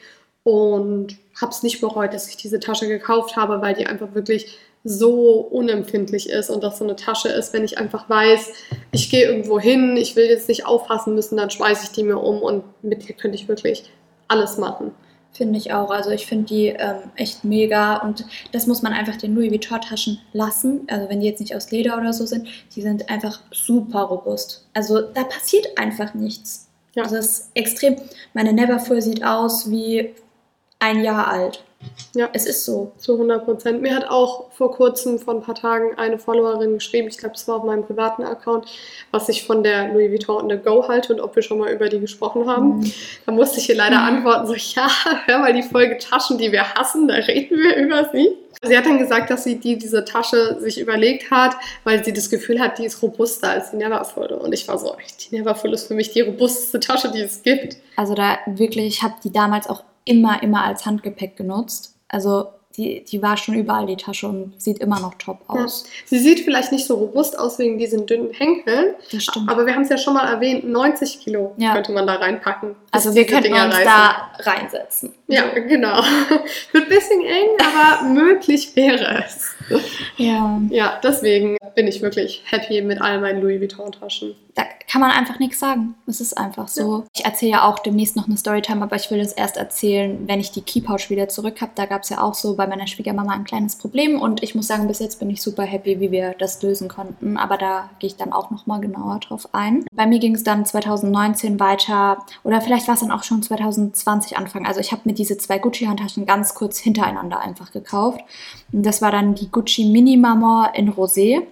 und habe es nicht bereut, dass ich diese Tasche gekauft habe, weil die einfach wirklich so unempfindlich ist und das so eine Tasche ist, wenn ich einfach weiß, ich gehe irgendwo hin, ich will jetzt nicht aufpassen müssen, dann schmeiße ich die mir um und mit der könnte ich wirklich alles machen. Finde ich auch. Also ich finde die ähm, echt mega und das muss man einfach den Louis Vuitton Taschen lassen. Also wenn die jetzt nicht aus Leder oder so sind, die sind einfach super robust. Also da passiert einfach nichts. Ja. Also das ist extrem. Meine Neverfull sieht aus wie ein Jahr alt. Ja, es ist so. Zu hundert Prozent. Mir hat auch vor kurzem, vor ein paar Tagen, eine Followerin geschrieben, ich glaube, das war auf meinem privaten Account, was ich von der Louis Vuitton on the Go halte und ob wir schon mal über die gesprochen haben. Mhm. Da musste ich ihr leider mhm. antworten, so, ja, hör mal die Folge Taschen, die wir hassen, da reden wir über sie. Sie hat dann gesagt, dass sie die, diese Tasche sich überlegt hat, weil sie das Gefühl hat, die ist robuster als die Neverfull. Und ich war so, die Neverfull ist für mich die robusteste Tasche, die es gibt. Also da wirklich, ich habe die damals auch immer, immer als Handgepäck genutzt. Also die, die war schon überall, die Tasche, und sieht immer noch top aus. Ja. Sie sieht vielleicht nicht so robust aus wegen diesen dünnen Henkeln. Das stimmt. Aber wir haben es ja schon mal erwähnt, neunzig Kilo ja. könnte man da reinpacken. Also wir könnten Dinger uns reißen. Da reinsetzen. Ja, genau. Wird ein bisschen eng, aber möglich wäre es. Ja. Ja, deswegen bin ich wirklich happy mit all meinen Louis Vuitton-Taschen. Da kann man einfach nichts sagen. Es ist einfach so. Ja. Ich erzähle ja auch demnächst noch eine Storytime, aber ich will das erst erzählen, wenn ich die Key-Pouch wieder zurück habe. Da gab es ja auch so bei meiner Schwiegermama ein kleines Problem und ich muss sagen, bis jetzt bin ich super happy, wie wir das lösen konnten. Aber da gehe ich dann auch nochmal genauer drauf ein. Bei mir ging es dann zwanzig neunzehn weiter oder vielleicht war es dann auch schon zwanzig zwanzig Anfang. Also ich habe mir diese zwei Gucci-Handtaschen ganz kurz hintereinander einfach gekauft. Und das war dann die Gucci Mini Maman in Rosé.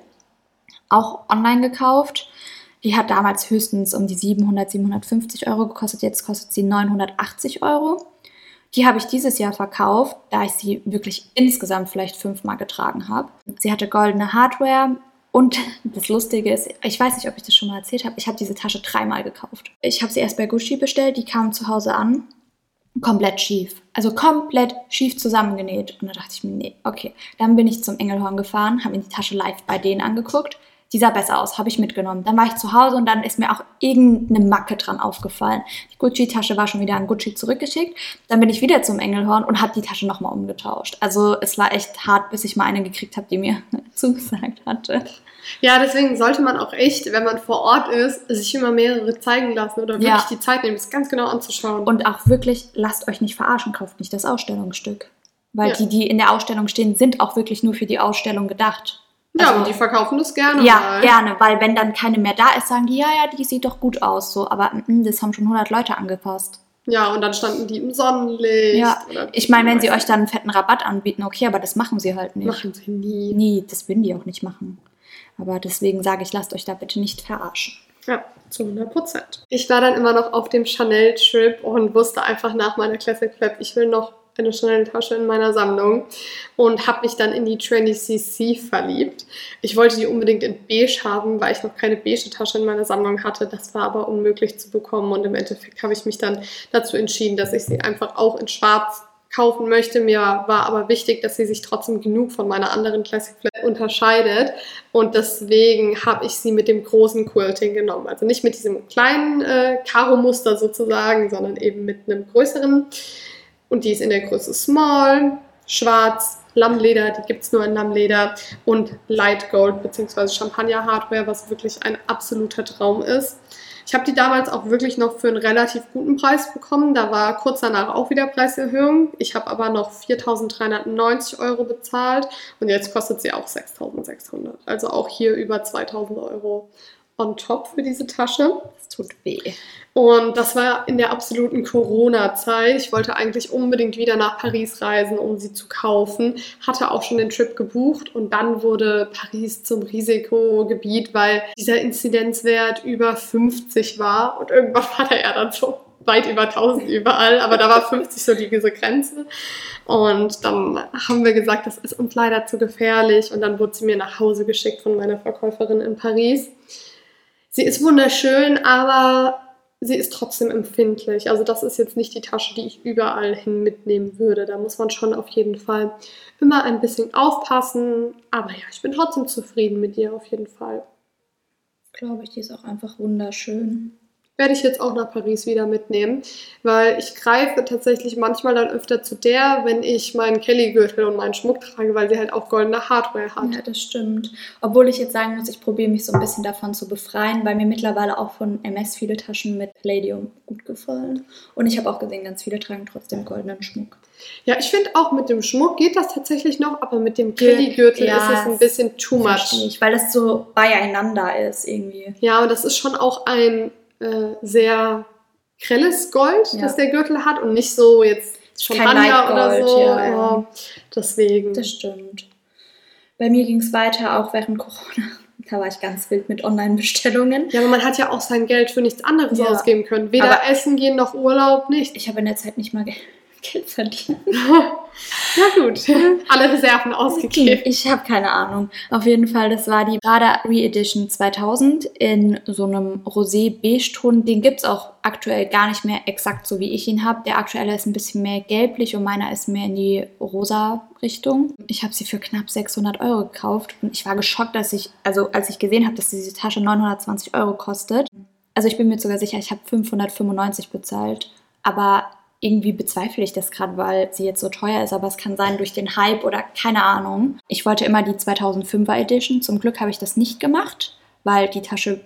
Auch online gekauft. Die hat damals höchstens um die siebenhundert, siebenhundertfünfzig Euro gekostet. Jetzt kostet sie neunhundertachtzig Euro. Die habe ich dieses Jahr verkauft, da ich sie wirklich insgesamt vielleicht fünfmal getragen habe. Sie hatte goldene Hardware und das Lustige ist, ich weiß nicht, ob ich das schon mal erzählt habe, ich habe diese Tasche dreimal gekauft. Ich habe sie erst bei Gucci bestellt, die kam zu Hause an, komplett schief. Also komplett schief zusammengenäht. Und da dachte ich mir, nee, okay. Dann bin ich zum Engelhorn gefahren, habe mir die Tasche live bei denen angeguckt. Die sah besser aus, habe ich mitgenommen. Dann war ich zu Hause und dann ist mir auch irgendeine Macke dran aufgefallen. Die Gucci-Tasche war schon wieder an Gucci zurückgeschickt. Dann bin ich wieder zum Engelhorn und habe die Tasche nochmal umgetauscht. Also es war echt hart, bis ich mal eine gekriegt habe, die mir zugesagt hatte. Ja, deswegen sollte man auch echt, wenn man vor Ort ist, sich immer mehrere zeigen lassen oder wirklich ja. die Zeit nehmen, das ganz genau anzuschauen. Und auch wirklich, lasst euch nicht verarschen, kauft nicht das Ausstellungsstück. Weil ja. die, die in der Ausstellung stehen, sind auch wirklich nur für die Ausstellung gedacht. Ja, also, und die verkaufen das gerne ja, mal. Ja, gerne, weil wenn dann keine mehr da ist, sagen die, ja, ja, die sieht doch gut aus. So, aber mh, das haben schon hundert Leute angepasst. Ja, und dann standen die im Sonnenlicht. Ja, oder ich meine, wenn sie euch dann einen fetten Rabatt anbieten, okay, aber das machen sie halt nicht. Machen sie nie. Nie, das würden die auch nicht machen. Aber deswegen sage ich, lasst euch da bitte nicht verarschen. Ja, zu hundert Prozent. Ich war dann immer noch auf dem Chanel-Trip und wusste einfach nach meiner Classic Flap, ich will noch eine Chanel-Tasche in meiner Sammlung und habe mich dann in die Trendy C C verliebt. Ich wollte die unbedingt in beige haben, weil ich noch keine beige Tasche in meiner Sammlung hatte. Das war aber unmöglich zu bekommen und im Endeffekt habe ich mich dann dazu entschieden, dass ich sie einfach auch in schwarz kaufen möchte. Mir war aber wichtig, dass sie sich trotzdem genug von meiner anderen Classic Flap unterscheidet und deswegen habe ich sie mit dem großen Quilting genommen. Also nicht mit diesem kleinen äh, Karo-Muster sozusagen, sondern eben mit einem größeren. Und die ist in der Größe Small, schwarz, Lammleder, die gibt es nur in Lammleder und Light Gold bzw. Champagner Hardware, was wirklich ein absoluter Traum ist. Ich habe die damals auch wirklich noch für einen relativ guten Preis bekommen. Da war kurz danach auch wieder Preiserhöhung. Ich habe aber noch viertausenddreihundertneunzig Euro bezahlt und jetzt kostet sie auch sechstausendsechshundert. Also auch hier über zweitausend Euro on top für diese Tasche. Das tut weh. Und das war in der absoluten Corona-Zeit. Ich wollte eigentlich unbedingt wieder nach Paris reisen, um sie zu kaufen. Hatte auch schon den Trip gebucht und dann wurde Paris zum Risikogebiet, weil dieser Inzidenzwert über fünfzig war und irgendwann war der ja dann so weit über tausend überall, aber da war fünfzig so diese Grenze. Und dann haben wir gesagt, das ist uns leider zu gefährlich und dann wurde sie mir nach Hause geschickt von meiner Verkäuferin in Paris. Sie ist wunderschön, aber sie ist trotzdem empfindlich. Also das ist jetzt nicht die Tasche, die ich überall hin mitnehmen würde. Da muss man schon auf jeden Fall immer ein bisschen aufpassen. Aber ja, ich bin trotzdem zufrieden mit ihr auf jeden Fall. Glaube ich, die ist auch einfach wunderschön. Werde ich jetzt auch nach Paris wieder mitnehmen, weil ich greife tatsächlich manchmal dann öfter zu der, wenn ich meinen Kelly-Gürtel und meinen Schmuck trage, weil sie halt auch goldene Hardware hat. Ja, das stimmt. Obwohl ich jetzt sagen muss, ich probiere mich so ein bisschen davon zu befreien, weil mir mittlerweile auch von M S viele Taschen mit Palladium gut gefallen. Und ich habe auch gesehen, ganz viele tragen trotzdem goldenen Schmuck. Ja, ich finde auch mit dem Schmuck geht das tatsächlich noch, aber mit dem Kelly-Gürtel ja, ist es ein bisschen too much. Verstehe ich, weil das so beieinander ist irgendwie. Ja, und das ist schon auch ein äh, sehr grelles Gold, ja. das der Gürtel hat und nicht so jetzt Champagner oder so. Ja, ja. Ja, deswegen. Das stimmt. Bei mir ging es weiter, auch während Corona. Da war ich ganz wild mit Online-Bestellungen. Ja, aber man hat ja auch sein Geld für nichts anderes ja. ausgeben können. Weder aber Essen gehen noch Urlaub, nicht. Ich habe in der Zeit nicht mal Geld. Geld verdienen. Na gut, alle Reserven ausgegeben. Ich habe keine Ahnung. Auf jeden Fall, das war die Prada Re-Edition zweitausend in so einem Rosé-Beige-Ton. Den gibt es auch aktuell gar nicht mehr exakt so, wie ich ihn habe. Der aktuelle ist ein bisschen mehr gelblich und meiner ist mehr in die rosa Richtung. Ich habe sie für knapp sechshundert Euro gekauft und ich war geschockt, dass ich, also als ich gesehen habe, dass diese Tasche neunhundertzwanzig Euro kostet. Also ich bin mir sogar sicher, ich habe fünfhundertfünfundneunzig bezahlt. Aber irgendwie bezweifle ich das gerade, weil sie jetzt so teuer ist, aber es kann sein durch den Hype oder keine Ahnung. Ich wollte immer die zweitausendfünfer Edition. Zum Glück habe ich das nicht gemacht, weil die Tasche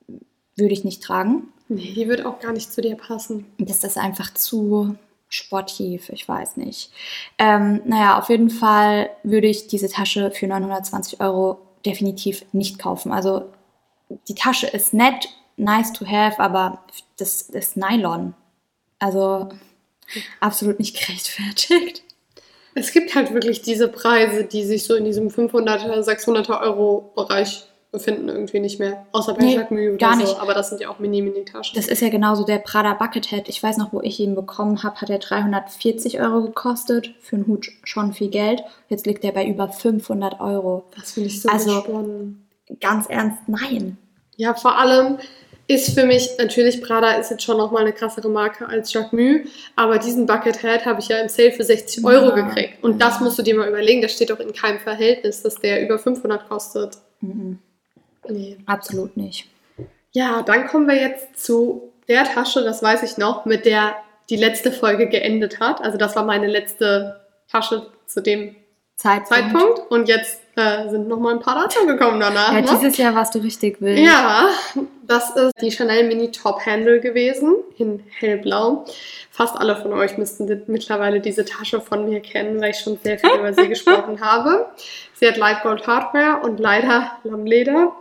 würde ich nicht tragen. Nee, die wird auch gar nicht zu dir passen. Das ist einfach zu sportiv, ich weiß nicht. Ähm, naja, auf jeden Fall würde ich diese Tasche für neunhundertzwanzig Euro definitiv nicht kaufen. Also die Tasche ist nett, nice to have, aber das ist Nylon. Also absolut nicht gerechtfertigt. Es gibt halt wirklich diese Preise, die sich so in diesem fünfhunderter, sechshunderter Euro Bereich befinden, irgendwie nicht mehr. Außer bei nee, Jacquemus oder gar so. nicht. Aber das sind ja auch Mini-Mini-Taschen. Das ist ja genauso der Prada Buckethead. Ich weiß noch, wo ich ihn bekommen habe, hat er dreihundertvierzig Euro gekostet. Für einen Hut schon viel Geld. Jetzt liegt er bei über fünfhundert Euro. Das finde ich so also, spannend. Ganz ernst, nein. Ja, vor allem ist für mich, natürlich, Prada ist jetzt schon nochmal eine krassere Marke als Jacquemus, aber diesen Buckethead habe ich ja im Sale für sechzig Euro ja, gekriegt. Und ja. das musst du dir mal überlegen, das steht doch in keinem Verhältnis, dass der über fünfhundert kostet. Mhm. Nee. Absolut nicht. Ja, dann kommen wir jetzt zu der Tasche, das weiß ich noch, mit der die letzte Folge geendet hat. Also das war meine letzte Tasche zu dem Zeitpunkt. Zeitpunkt. Und jetzt äh, sind noch mal ein paar dazu gekommen danach. Ja, ne? Dieses Jahr warst du richtig wild. Ja, das ist die Chanel Mini Top Handle gewesen, in hellblau. Fast alle von euch müssten mittlerweile diese Tasche von mir kennen, weil ich schon sehr viel über sie gesprochen habe. Sie hat Light Gold Hardware und leider Lammleder.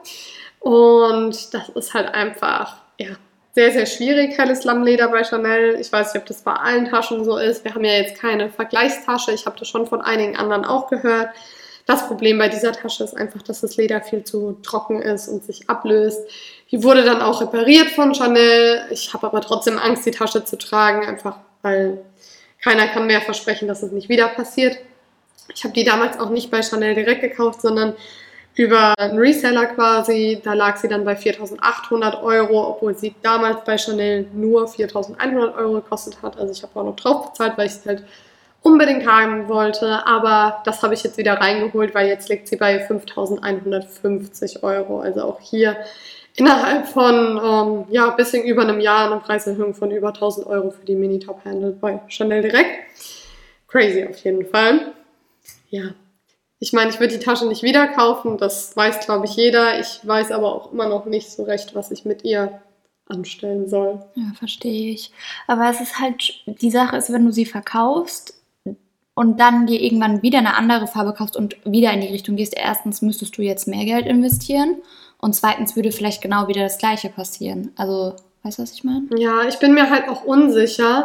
Und das ist halt einfach, ja, sehr, sehr schwierig, helles Lammleder bei Chanel. Ich weiß nicht, ob das bei allen Taschen so ist. Wir haben ja jetzt keine Vergleichstasche. Ich habe das schon von einigen anderen auch gehört, Das Problem bei dieser Tasche ist einfach, dass das Leder viel zu trocken ist und sich ablöst. Die wurde dann auch repariert von Chanel. Ich habe aber trotzdem Angst, die Tasche zu tragen, einfach weil keiner kann mehr versprechen, dass es nicht wieder passiert. Ich habe die damals auch nicht bei Chanel direkt gekauft, sondern über einen Reseller quasi. Da lag sie dann bei viertausendachthundert Euro, obwohl sie damals bei Chanel nur viertausendeinhundert Euro gekostet hat. Also ich habe auch noch drauf bezahlt, weil ich es halt unbedingt haben wollte. Aber das habe ich jetzt wieder reingeholt, weil jetzt liegt sie bei fünftausendeinhundertfünfzig Euro. Also auch hier innerhalb von ähm, ja, ein bisschen über einem Jahr eine Preiserhöhung von über tausend Euro für die Mini-Top-Handle bei Chanel direkt. Crazy auf jeden Fall. Ja. Ich meine, ich würde die Tasche nicht wieder kaufen, das weiß, glaube ich, jeder. Ich weiß aber auch immer noch nicht so recht, was ich mit ihr anstellen soll. Ja, verstehe ich. Aber es ist halt, die Sache ist, wenn du sie verkaufst und dann dir irgendwann wieder eine andere Farbe kaufst und wieder in die Richtung gehst, erstens müsstest du jetzt mehr Geld investieren und zweitens würde vielleicht genau wieder das Gleiche passieren. Also, weißt du, was ich meine? Ja, ich bin mir halt auch unsicher,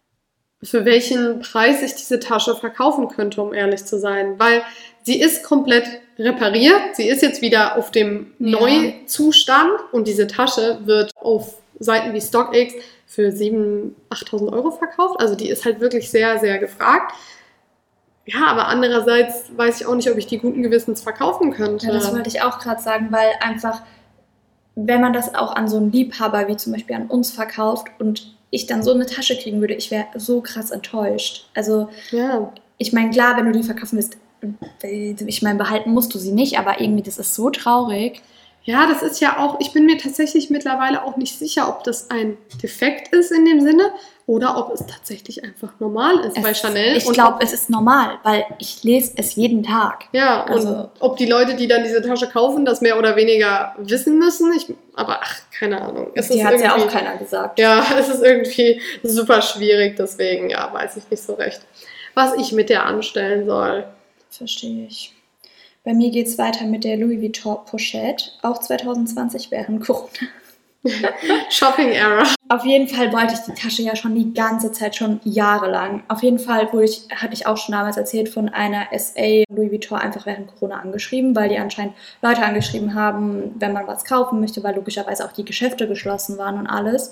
für welchen Preis ich diese Tasche verkaufen könnte, um ehrlich zu sein. Weil sie ist komplett repariert. Sie ist jetzt wieder auf dem Ja. Neuzustand und diese Tasche wird auf Seiten wie StockX für siebentausend, achttausend Euro verkauft. Also die ist halt wirklich sehr, sehr gefragt. Ja, aber andererseits weiß ich auch nicht, ob ich die guten Gewissens verkaufen könnte. Ja, das wollte ich auch gerade sagen, weil einfach, wenn man das auch an so einen Liebhaber wie zum Beispiel an uns verkauft und ich dann so eine Tasche kriegen würde, ich wäre so krass enttäuscht. Also, Ja. ich meine, klar, wenn du die verkaufen willst, ich meine, behalten musst du sie nicht, aber irgendwie, das ist so traurig. Ja, das ist ja auch, ich bin mir tatsächlich mittlerweile auch nicht sicher, ob das ein Defekt ist in dem Sinne oder ob es tatsächlich einfach normal ist Es, bei Chanel. Ich Und glaube, ob- es ist normal, weil ich lese es jeden Tag. Ja, Also- und ob die Leute, die dann diese Tasche kaufen, das mehr oder weniger wissen müssen. Ich, aber ach, keine Ahnung. Es Die ist hat ja irgendwie- auch keiner gesagt. Ja, es ist irgendwie super schwierig, deswegen, ja, weiß ich nicht so recht, was ich mit der anstellen soll. Verstehe ich. Bei mir geht es weiter mit der Louis Vuitton Pochette, auch zwanzig zwanzig während Corona. Shopping Era. Auf jeden Fall wollte ich die Tasche ja schon die ganze Zeit, schon jahrelang. Auf jeden Fall wurde ich, hatte ich auch schon damals erzählt, von einer S A Louis Vuitton einfach während Corona angeschrieben, weil die anscheinend Leute angeschrieben haben, wenn man was kaufen möchte, weil logischerweise auch die Geschäfte geschlossen waren und alles.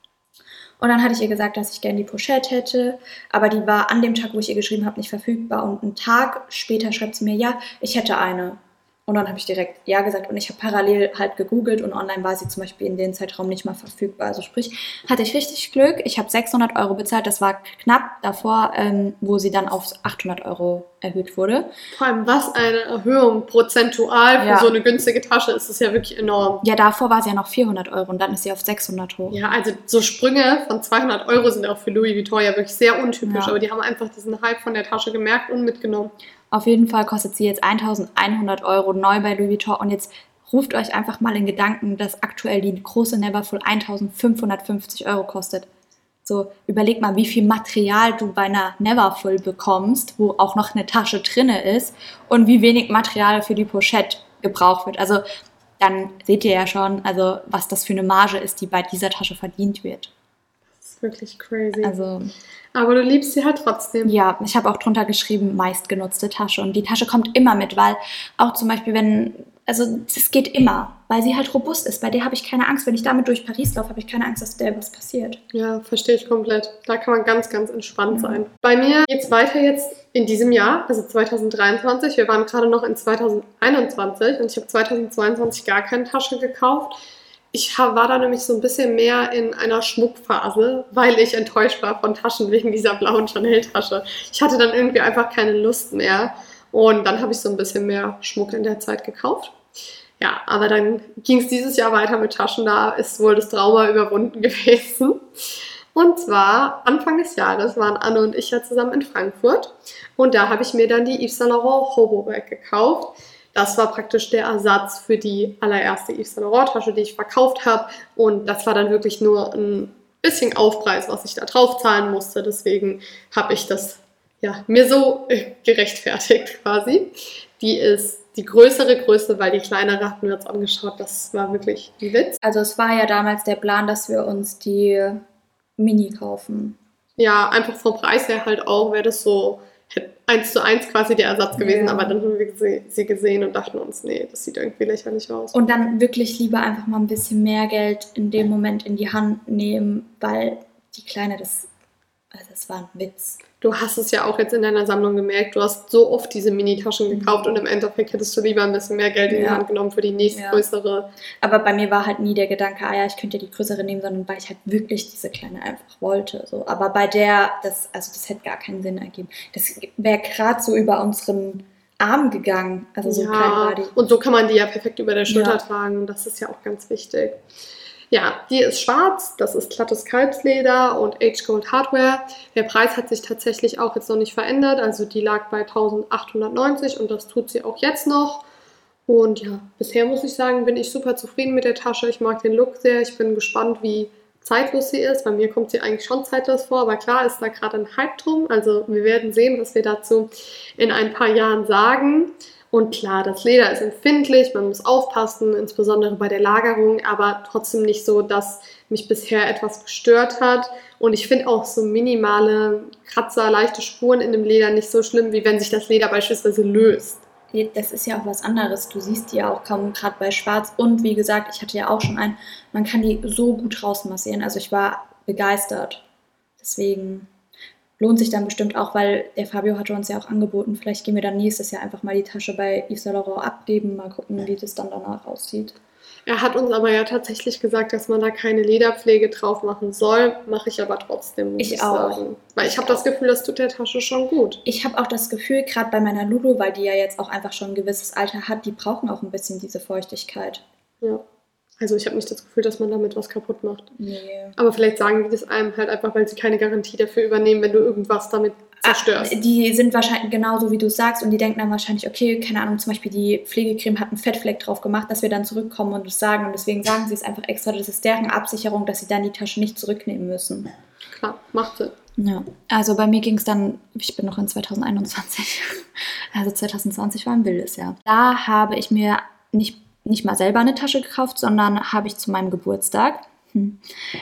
Und dann hatte ich ihr gesagt, dass ich gerne die Pochette hätte, aber die war an dem Tag, wo ich ihr geschrieben habe, nicht verfügbar. Und einen Tag später schreibt sie mir, ja, ich hätte eine. Und dann habe ich direkt ja gesagt und ich habe parallel halt gegoogelt und online war sie zum Beispiel in dem Zeitraum nicht mal verfügbar. Also sprich, hatte ich richtig Glück. Ich habe sechshundert Euro bezahlt. Das war knapp davor, ähm, wo sie dann auf achthundert Euro erhöht wurde. Vor allem, was eine Erhöhung prozentual für Ja. so eine günstige Tasche ist, ist ja wirklich enorm. Ja, davor war sie ja noch vierhundert Euro und dann ist sie auf sechshundert hoch. Ja, also so Sprünge von zweihundert Euro sind auch für Louis Vuitton ja wirklich sehr untypisch, Ja. aber die haben einfach diesen Hype von der Tasche gemerkt und mitgenommen. Auf jeden Fall kostet sie jetzt eintausendeinhundert Euro neu bei Louis Vuitton und jetzt ruft euch einfach mal in Gedanken, dass aktuell die große Neverfull eintausendfünfhundertfünfzig Euro kostet. So, überleg mal, wie viel Material du bei einer Neverfull bekommst, wo auch noch eine Tasche drinne ist und wie wenig Material für die Pochette gebraucht wird. Also dann seht ihr ja schon, also was das für eine Marge ist, die bei dieser Tasche verdient wird. Das ist wirklich crazy. Also Aber du liebst sie halt trotzdem. ja, ich habe auch drunter geschrieben, meistgenutzte Tasche. Und die Tasche kommt immer mit, weil auch zum Beispiel, wenn, also es geht immer, weil sie halt robust ist. Bei der habe ich keine Angst. Wenn ich damit durch Paris laufe, habe ich keine Angst, dass der was passiert. Ja, verstehe ich komplett. Da kann man ganz, ganz entspannt sein. Bei mir geht's weiter jetzt in diesem Jahr, also zwanzig dreiundzwanzig. Wir waren gerade noch in zwanzig einundzwanzig und ich habe zwanzig zweiundzwanzig gar keine Tasche gekauft. Ich war da nämlich so ein bisschen mehr in einer Schmuckphase, weil ich enttäuscht war von Taschen wegen dieser blauen Chanel-Tasche. Ich hatte dann irgendwie einfach keine Lust mehr und dann habe ich so ein bisschen mehr Schmuck in der Zeit gekauft. Ja, aber dann ging es dieses Jahr weiter mit Taschen, da ist wohl das Trauma überwunden gewesen. Und zwar Anfang des Jahres waren Anne und ich ja zusammen in Frankfurt und da habe ich mir dann die Yves Saint Laurent Hobo Bag gekauft. Das war praktisch der Ersatz für die allererste Yves Saint Laurent Tasche, die ich verkauft habe. Und das war dann wirklich nur ein bisschen Aufpreis, was ich da drauf zahlen musste. Deswegen habe ich das ja, mir so äh, gerechtfertigt quasi. Die ist die größere Größe, weil die kleinere hatten wir uns angeschaut. Das war wirklich ein Witz. Also es war ja damals der Plan, dass wir uns die Mini kaufen. Ja, einfach vom Preis her halt auch wäre das so eins zu eins quasi der Ersatz gewesen, Ja. aber dann haben wir gese- sie gesehen und dachten uns, nee, das sieht irgendwie lächerlich aus. Und dann wirklich lieber einfach mal ein bisschen mehr Geld in dem Moment in die Hand nehmen, weil die Kleine, das, also das war ein Witz. Du hast es ja auch jetzt in deiner Sammlung gemerkt, du hast so oft diese Mini-Taschen gekauft und im Endeffekt hättest du lieber ein bisschen mehr Geld in die Ja. Hand genommen für die nächstgrößere. Aber bei mir war halt nie der Gedanke, ah ja, ich könnte ja die größere nehmen, sondern weil ich halt wirklich diese Kleine einfach wollte. So. Aber bei der, das, also das hätte gar keinen Sinn ergeben. Das wäre gerade so über unseren Arm gegangen. Also so klein war Ja, die. und so kann man die ja perfekt über der Schulter Ja. tragen und das ist ja auch ganz wichtig. Ja, die ist schwarz, das ist glattes Kalbsleder und Age Gold Hardware. Der Preis hat sich tatsächlich auch jetzt noch nicht verändert, also die lag bei eintausendachthundertneunzig und das tut sie auch jetzt noch. Und ja, bisher muss ich sagen, bin ich super zufrieden mit der Tasche. Ich mag den Look sehr, ich bin gespannt, wie zeitlos sie ist. Bei mir kommt sie eigentlich schon zeitlos vor, aber klar ist da gerade ein Hype drum. Also wir werden sehen, was wir dazu in ein paar Jahren sagen. Und klar, das Leder ist empfindlich, man muss aufpassen, insbesondere bei der Lagerung, aber trotzdem nicht so, dass mich bisher etwas gestört hat. Und ich finde auch so minimale Kratzer, leichte Spuren in dem Leder nicht so schlimm, wie wenn sich das Leder beispielsweise löst. Das ist ja auch was anderes. Du siehst die ja auch kaum, gerade bei Schwarz. Und wie gesagt, ich hatte ja auch schon einen, man kann die so gut rausmassieren. Also ich war begeistert. Deswegen lohnt sich dann bestimmt auch, weil der Fabio hatte uns ja auch angeboten, vielleicht gehen wir dann nächstes Jahr einfach mal die Tasche bei Yves Saint Laurent abgeben, mal gucken, wie das dann danach aussieht. Er hat uns aber ja tatsächlich gesagt, dass man da keine Lederpflege drauf machen soll. Mache ich aber trotzdem, muss ich, Ich auch. sagen. Weil ich Ich habe das auch. Gefühl, das tut der Tasche schon gut. Ich habe auch das Gefühl, gerade bei meiner Lulu, weil die ja jetzt auch einfach schon ein gewisses Alter hat, die brauchen auch ein bisschen diese Feuchtigkeit. Ja. Also ich habe nicht das Gefühl, dass man damit was kaputt macht. Nee. Aber vielleicht sagen die das einem halt einfach, weil sie keine Garantie dafür übernehmen, wenn du irgendwas damit zerstörst. Ah, die sind wahrscheinlich genauso, wie du sagst, und die denken dann wahrscheinlich, okay, keine Ahnung, zum Beispiel die Pflegecreme hat einen Fettfleck drauf gemacht, dass wir dann zurückkommen und das sagen. Und deswegen sagen sie es einfach extra, das ist deren Absicherung, dass sie dann die Tasche nicht zurücknehmen müssen. Klar, macht Sinn. Ja, also bei mir ging es dann, ich bin noch in zweitausendeinundzwanzig, also zweitausendzwanzig war ein wildes Jahr. Da habe ich mir nicht, nicht mal selber eine Tasche gekauft, sondern habe ich zu meinem Geburtstag hm,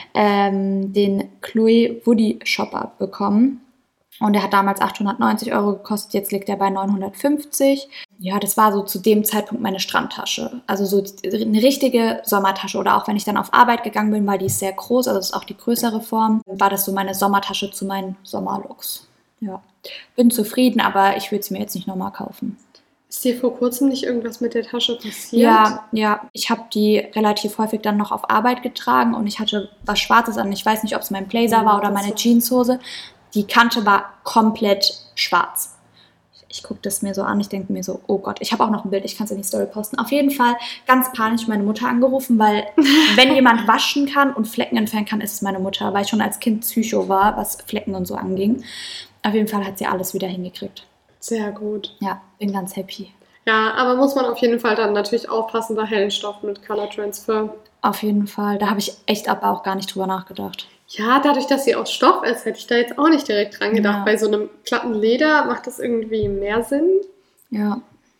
ähm, den Chloe Woody Shopper bekommen. Und der hat damals achthundertneunzig Euro gekostet, jetzt liegt er bei neunhundertfünfzig. Ja, das war so zu dem Zeitpunkt meine Strandtasche. Also so eine richtige Sommertasche. Oder auch wenn ich dann auf Arbeit gegangen bin, weil die ist sehr groß, also das ist auch die größere Form, war das so meine Sommertasche zu meinen Sommerlooks. Ja, bin zufrieden, aber ich würde sie mir jetzt nicht nochmal kaufen. Ist dir vor kurzem nicht irgendwas mit der Tasche passiert? Ja, ja, ich habe die relativ häufig dann noch auf Arbeit getragen und ich hatte was Schwarzes an. Ich weiß nicht, ob es mein Blazer war oder meine Jeanshose. Die Kante war komplett schwarz. Ich gucke das mir so an, ich denke mir so, oh Gott, ich habe auch noch ein Bild, ich kann es in die Story posten. Auf jeden Fall ganz panisch meine Mutter angerufen, weil wenn jemand waschen kann und Flecken entfernen kann, ist es meine Mutter, weil ich schon als Kind Psycho war, was Flecken und so anging. Auf jeden Fall hat sie alles wieder hingekriegt. Sehr gut. Ja, bin ganz happy. Ja, aber muss man auf jeden Fall dann natürlich aufpassen bei hellen Stoffen mit Color Transfer. Auf jeden Fall, da habe ich echt aber auch gar nicht drüber nachgedacht. Ja, dadurch, dass sie aus Stoff ist, hätte ich da jetzt auch nicht direkt dran gedacht. Ja. Bei so einem glatten Leder macht das irgendwie mehr Sinn. Ja.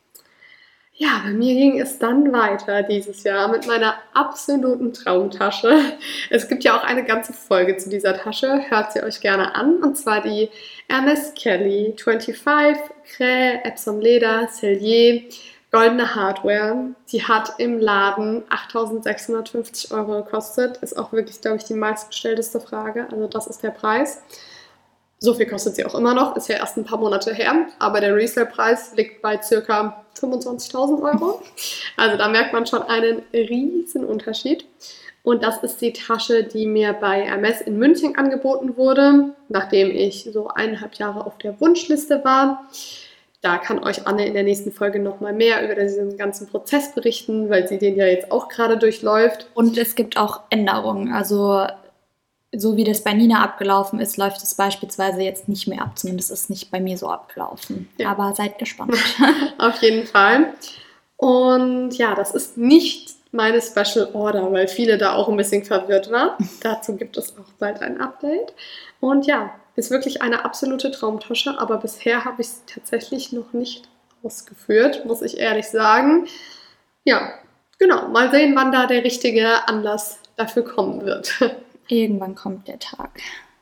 Ja, bei mir ging es dann weiter dieses Jahr mit meiner absoluten Traumtasche. Es gibt ja auch eine ganze Folge zu dieser Tasche, hört sie euch gerne an. Und zwar die Hermes Kelly fünfundzwanzig Crêe Epsom Leder Cellier goldene Hardware. Die hat im Laden achttausendsechshundertfünfzig Euro gekostet. Ist auch wirklich, glaube ich, die meistgestellteste Frage. Also das ist der Preis. So viel kostet sie auch immer noch. Ist ja erst ein paar Monate her. Aber der Resale-Preis liegt bei ca. fünfundzwanzigtausend Euro. Also da merkt man schon einen riesen Unterschied. Und das ist die Tasche, die mir bei Hermes in München angeboten wurde, nachdem ich so eineinhalb Jahre auf der Wunschliste war. Da kann euch Anne in der nächsten Folge nochmal mehr über diesen ganzen Prozess berichten, weil sie den ja jetzt auch gerade durchläuft. Und es gibt auch Änderungen. Also so wie das bei Nina abgelaufen ist, läuft es beispielsweise jetzt nicht mehr ab. Zumindest ist es nicht bei mir so abgelaufen. Ja. Aber seid gespannt. Auf jeden Fall. Und ja, das ist nicht meine Special Order, weil viele da auch ein bisschen verwirrt waren. Dazu gibt es auch bald ein Update. Und ja, ist wirklich eine absolute Traumtasche, aber bisher habe ich es tatsächlich noch nicht ausgeführt, muss ich ehrlich sagen. Ja, genau. Mal sehen, wann da der richtige Anlass dafür kommen wird. Irgendwann kommt der Tag.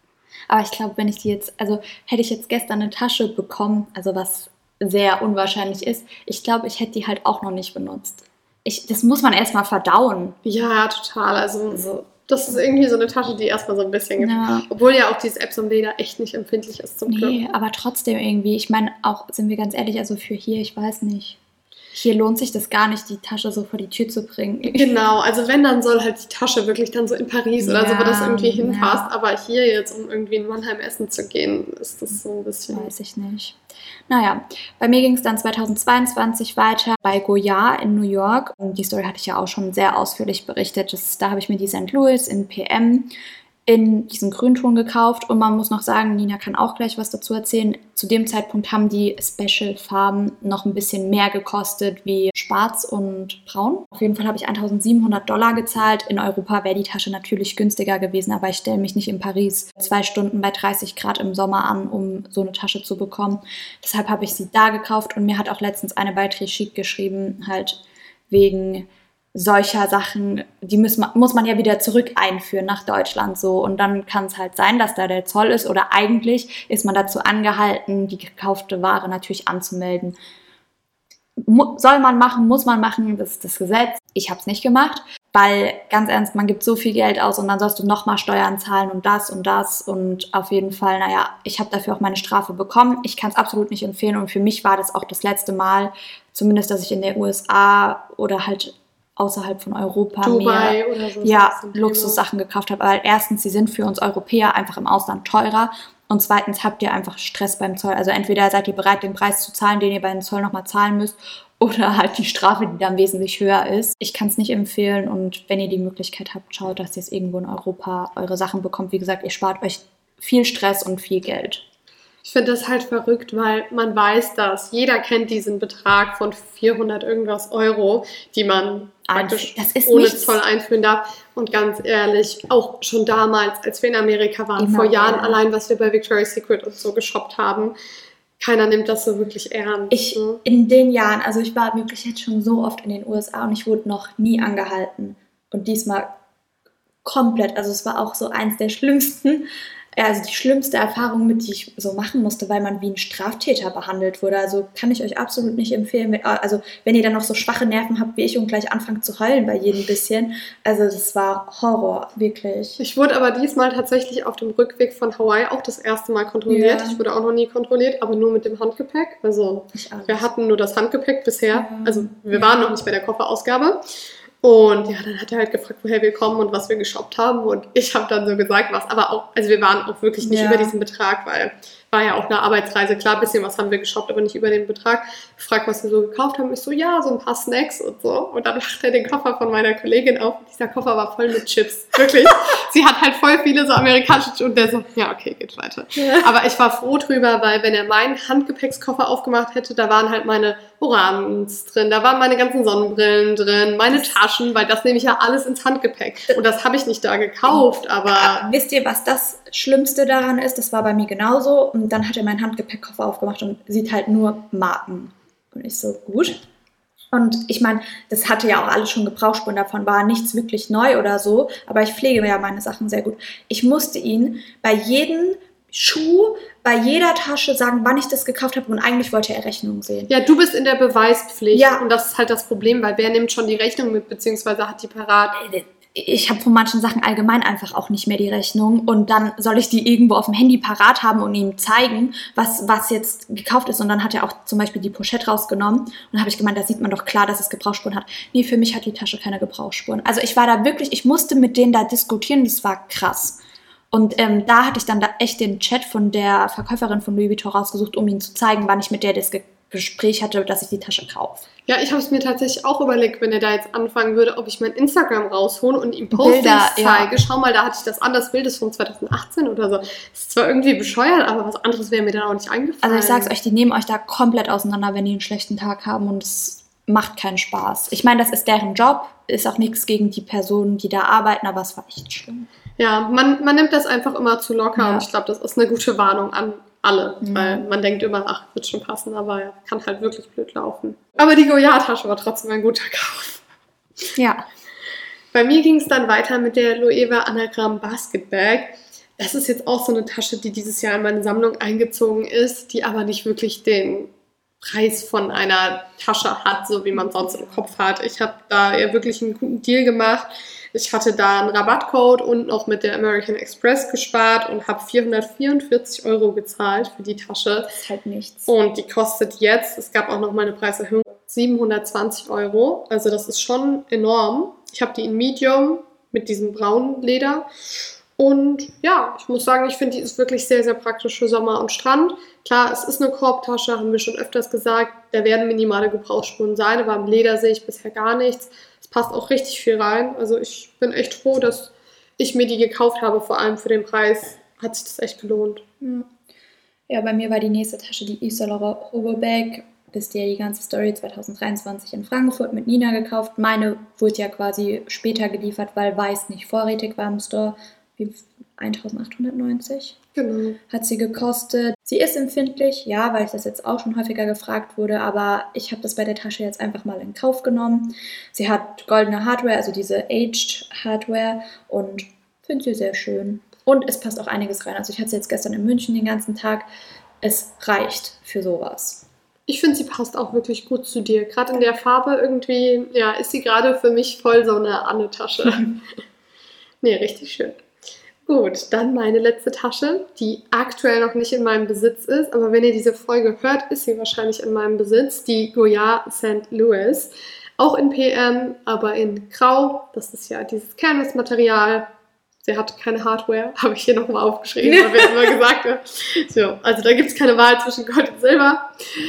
Aber ich glaube, wenn ich die jetzt, also hätte ich jetzt gestern eine Tasche bekommen, also was sehr unwahrscheinlich ist, ich glaube, ich hätte die halt auch noch nicht benutzt. Ich, das muss man erstmal verdauen. Ja, total. Also so, das ist irgendwie so eine Tasche, die erstmal so ein bisschen... Ja. Obwohl ja auch dieses Epsom Leder echt nicht empfindlich ist zum Glück. Nee, aber trotzdem irgendwie, ich meine, auch, sind wir ganz ehrlich, also für hier, ich weiß nicht. Hier lohnt sich das gar nicht, die Tasche so vor die Tür zu bringen. Genau, also wenn, dann soll halt die Tasche wirklich dann so in Paris Ja, oder so, wo das irgendwie hinpasst. ja. Aber hier jetzt, um irgendwie in Mannheim essen zu gehen, ist das so ein bisschen... Weiß ich nicht. Naja, bei mir ging es dann zweitausendzweiundzwanzig weiter bei Goyard in New York. Und die Story hatte ich ja auch schon sehr ausführlich berichtet. Das, da habe ich mir die Sankt Louis in P M in diesen Grünton gekauft. Und man muss noch sagen, Nina kann auch gleich was dazu erzählen. Zu dem Zeitpunkt haben die Special-Farben noch ein bisschen mehr gekostet wie schwarz und braun. Auf jeden Fall habe ich eintausendsiebenhundert Dollar gezahlt. In Europa wäre die Tasche natürlich günstiger gewesen, aber ich stelle mich nicht in Paris zwei Stunden bei dreißig Grad im Sommer an, um so eine Tasche zu bekommen. Deshalb habe ich sie da gekauft und mir hat auch letztens eine bei Trichic geschrieben, halt wegen solcher Sachen, die muss man, muss man ja wieder zurück einführen nach Deutschland so und dann kann es halt sein, dass da der Zoll ist oder eigentlich ist man dazu angehalten, die gekaufte Ware natürlich anzumelden. Mo- soll man machen, muss man machen, das ist das Gesetz. Ich habe es nicht gemacht, weil ganz ernst, man gibt so viel Geld aus und dann sollst du nochmal Steuern zahlen und das und das und auf jeden Fall, naja, ich habe dafür auch meine Strafe bekommen. Ich kann es absolut nicht empfehlen und für mich war das auch das letzte Mal, zumindest, dass ich in den U S A oder halt außerhalb von Europa Dubai mehr oder so ja, Sachen. Luxussachen gekauft habe. Weil erstens, sie sind für uns Europäer einfach im Ausland teurer und zweitens habt ihr einfach Stress beim Zoll. Also entweder seid ihr bereit, den Preis zu zahlen, den ihr beim Zoll nochmal zahlen müsst oder halt die Strafe, die dann wesentlich höher ist. Ich kann es nicht empfehlen und wenn ihr die Möglichkeit habt, schaut, dass ihr es irgendwo in Europa eure Sachen bekommt. Wie gesagt, ihr spart euch viel Stress und viel Geld. Ich finde das halt verrückt, weil man weiß das. Jeder kennt diesen Betrag von vierhundert irgendwas Euro, die man praktisch Das ist ohne nichts. Zoll einführen darf. Und ganz ehrlich, auch schon damals, als wir in Amerika waren, Immer vor Jahren wieder. allein, was wir bei Victoria's Secret und so geshoppt haben, keiner nimmt das so wirklich ernst. Ich ne? in den Jahren, also ich war wirklich jetzt schon so oft in den U S A und ich wurde noch nie angehalten. Und diesmal komplett, also es war auch so eins der schlimmsten, also die schlimmste Erfahrung mit, die ich so machen musste, weil man wie ein Straftäter behandelt wurde. Also kann ich euch absolut nicht empfehlen. Wenn, also wenn ihr dann noch so schwache Nerven habt wie ich und gleich anfangt zu heulen bei jedem bisschen. Also das war Horror, wirklich. Ich wurde aber diesmal tatsächlich auf dem Rückweg von Hawaii auch das erste Mal kontrolliert. Ja. Ich wurde auch noch nie kontrolliert, aber nur mit dem Handgepäck. Also Ich auch. wir hatten nur das Handgepäck bisher. Ja. Also wir Ja. waren noch nicht bei der Kofferausgabe. Und ja, dann hat er halt gefragt, woher wir kommen und was wir geshoppt haben. Und ich habe dann so gesagt, was. Aber auch, also wir waren auch wirklich nicht Ja. über diesen Betrag, weil war ja auch eine Arbeitsreise. Klar, ein bisschen was haben wir geshoppt, aber nicht über den Betrag. Ich frage, was wir so gekauft haben. Ich so, ja, so ein paar Snacks und so. Und dann macht er den Koffer von meiner Kollegin auf. Und dieser Koffer war voll mit Chips. Wirklich. Sie hat halt voll viele so amerikanische Chips. Und der so, ja, okay, geht weiter. Ja. Aber ich war froh drüber, weil wenn er meinen Handgepäckskoffer aufgemacht hätte, da waren halt meine Orans drin, da waren meine ganzen Sonnenbrillen drin, meine Taschen, weil das nehme ich ja alles ins Handgepäck. Und das habe ich nicht da gekauft, aber... Wisst ihr, was das Schlimmste daran ist? Das war bei mir genauso. Und dann hat er meinen Handgepäckkoffer aufgemacht und sieht halt nur Marken. Und ich so, gut. Und ich meine, das hatte ja auch alles schon Gebrauchsspuren, davon war nichts wirklich neu oder so. Aber ich pflege ja meine Sachen sehr gut. Ich musste ihn bei jedem Schuh, bei jeder Tasche sagen, wann ich das gekauft habe. Und eigentlich wollte er Rechnung sehen. Ja, du bist in der Beweispflicht. Ja. Und das ist halt das Problem, weil wer nimmt schon die Rechnung mit, beziehungsweise hat die parat. Ich habe von manchen Sachen allgemein einfach auch nicht mehr die Rechnung und dann soll ich die irgendwo auf dem Handy parat haben und ihm zeigen, was, was jetzt gekauft ist. Und dann hat er auch zum Beispiel die Pochette rausgenommen und dann habe ich gemeint, da sieht man doch klar, dass es Gebrauchsspuren hat. Nee, für mich hat die Tasche keine Gebrauchsspuren. Also ich war da wirklich, ich musste mit denen da diskutieren, das war krass. Und ähm, da hatte ich dann da echt den Chat von der Verkäuferin von Louis Vuitton rausgesucht, um ihm zu zeigen, wann ich mit der das Ge- Gespräch hatte, dass ich die Tasche kaufe. Ja, ich habe es mir tatsächlich auch überlegt, wenn er da jetzt anfangen würde, ob ich mein Instagram raushole und ihm Postings Bilder, ja. zeige. Schau mal, da hatte ich das an, das Bild ist von zweitausendachtzehn oder so. Das ist zwar irgendwie bescheuert, aber was anderes wäre mir dann auch nicht eingefallen. Also ich sag's euch, die nehmen euch da komplett auseinander, wenn die einen schlechten Tag haben und es macht keinen Spaß. Ich meine, das ist deren Job, ist auch nichts gegen die Personen, die da arbeiten, aber es war echt schlimm. Ja, man, man nimmt das einfach immer zu locker Ja. und ich glaube, das ist eine gute Warnung an alle, Mhm. weil man denkt immer, ach, wird schon passen, aber ja, kann halt wirklich blöd laufen. Aber die Goyard-Tasche war trotzdem ein guter Kauf. Ja. Bei mir ging es dann weiter mit der Loewe Anagramm Basket Bag. das ist jetzt auch so eine Tasche, die dieses Jahr in meine Sammlung eingezogen ist, die aber nicht wirklich den Preis von einer Tasche hat, so wie man sonst im Kopf hat. Ich habe da ja wirklich einen guten Deal gemacht. Ich hatte da einen Rabattcode und noch mit der American Express gespart und habe vierhundertvierundvierzig Euro gezahlt für die Tasche. Das ist halt nichts. Und die kostet jetzt, es gab auch noch mal eine Preiserhöhung, siebenhundertzwanzig Euro. Also das ist schon enorm. Ich habe die in Medium mit diesem braunen Leder. Und ja, ich muss sagen, ich finde, die ist wirklich sehr, sehr praktisch für Sommer und Strand. Klar, es ist eine Korbtasche, haben wir schon öfters gesagt. Da werden minimale Gebrauchsspuren sein, aber am Leder sehe ich bisher gar nichts. Es passt auch richtig viel rein. Also ich bin echt froh, dass ich mir die gekauft habe. Vor allem für den Preis hat sich das echt gelohnt. Ja, bei mir war die nächste Tasche die Yves Saint Laurent Hobo Bag. Wisst ihr, die ganze Story zwanzig dreiundzwanzig in Frankfurt mit Nina gekauft. Meine wurde ja quasi später geliefert, weil Weiß nicht vorrätig war im Store. Wie eintausendachthundertneunzig Genau. Hat sie gekostet. Sie ist empfindlich, ja, weil ich das jetzt auch schon häufiger gefragt wurde, aber ich habe das bei der Tasche jetzt einfach mal in Kauf genommen. Sie hat goldene Hardware, also diese Aged Hardware, und finde sie sehr schön. Und es passt auch einiges rein. Also ich hatte sie jetzt gestern in München den ganzen Tag. Es reicht für sowas. Ich finde, sie passt auch wirklich gut zu dir. Gerade in der Farbe irgendwie, ja, ist sie gerade für mich voll so eine Anne-Tasche. Nee, richtig schön. Gut, dann meine letzte Tasche, die aktuell noch nicht in meinem Besitz ist, aber wenn ihr diese Folge hört, ist sie wahrscheinlich in meinem Besitz, die Goyard Saint Louis. Auch in P M, aber in Grau. Das ist ja dieses Canvas-Material. Sie hat keine Hardware, habe ich hier nochmal aufgeschrieben, weil wir immer gesagt haben. So, also da gibt es keine Wahl zwischen Gold und Silber.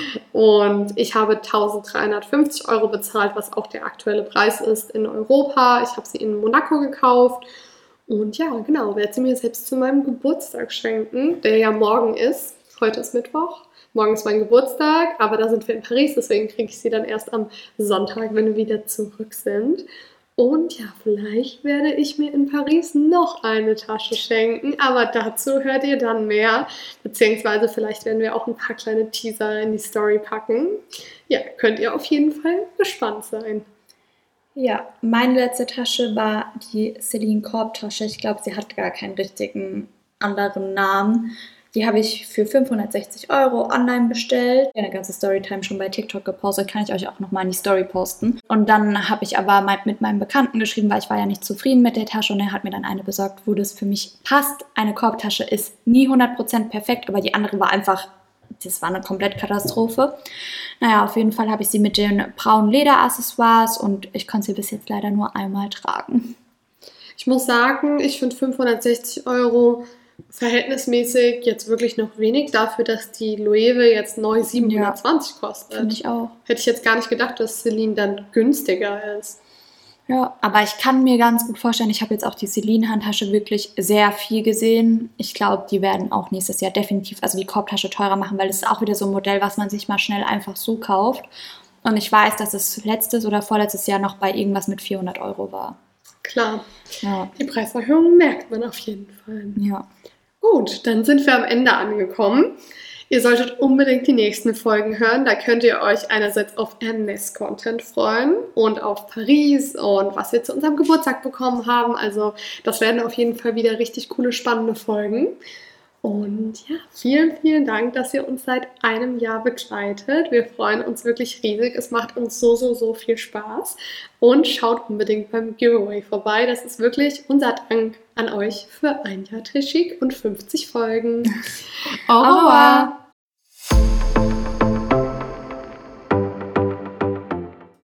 Und ich habe eintausenddreihundertfünfzig Euro bezahlt, was auch der aktuelle Preis ist in Europa. Ich habe sie in Monaco gekauft. Und ja, genau, werde sie mir selbst zu meinem Geburtstag schenken, der ja morgen ist. Heute ist Mittwoch. Morgen ist mein Geburtstag, aber da sind wir in Paris, deswegen kriege ich sie dann erst am Sonntag, wenn wir wieder zurück sind. Und ja, vielleicht werde ich mir in Paris noch eine Tasche schenken, aber dazu hört ihr dann mehr. Beziehungsweise vielleicht werden wir auch ein paar kleine Teaser in die Story packen. Ja, könnt ihr auf jeden Fall gespannt sein. Ja, meine letzte Tasche war die Celine Korbtasche. Ich glaube, sie hat gar keinen richtigen anderen Namen. Die habe ich für fünfhundertsechzig Euro online bestellt. Eine ganze Storytime schon bei TikTok gepostet, kann ich euch auch nochmal in die Story posten. Und dann habe ich aber mit meinem Bekannten geschrieben, weil ich war ja nicht zufrieden mit der Tasche und er hat mir dann eine besorgt, wo das für mich passt. Eine Korbtasche ist nie hundert Prozent perfekt, aber die andere war einfach, das war eine komplett Katastrophe. Naja, auf jeden Fall habe ich sie mit den braunen Lederaccessoires und ich konnte sie bis jetzt leider nur einmal tragen. Ich muss sagen, ich finde fünfhundertsechzig Euro verhältnismäßig jetzt wirklich noch wenig dafür, dass die Loewe jetzt neu siebenhundertzwanzig ja, kostet. Finde ich auch. Hätte ich jetzt gar nicht gedacht, dass Celine dann günstiger ist. Ja, aber ich kann mir ganz gut vorstellen, ich habe jetzt auch die Celine-Handtasche wirklich sehr viel gesehen. Ich glaube, die werden auch nächstes Jahr definitiv, also die Korbtasche teurer machen, weil das ist auch wieder so ein Modell, was man sich mal schnell einfach so kauft. Und ich weiß, dass es letztes oder vorletztes Jahr noch bei irgendwas mit vierhundert Euro war. Klar, ja. Die Preiserhöhung merkt man auf jeden Fall. Ja. Gut, dann sind wir am Ende angekommen. Ihr solltet unbedingt die nächsten Folgen hören. Da könnt ihr euch einerseits auf Hermès-Content freuen und auf Paris und was wir zu unserem Geburtstag bekommen haben. Also das werden auf jeden Fall wieder richtig coole, spannende Folgen. Und ja, vielen, vielen Dank, dass ihr uns seit einem Jahr begleitet. Wir freuen uns wirklich riesig. Es macht uns so, so, so viel Spaß. Und schaut unbedingt beim Giveaway vorbei. Das ist wirklich unser Dank an euch für ein Jahr Très Chic und fünfzig Folgen. Au revoir!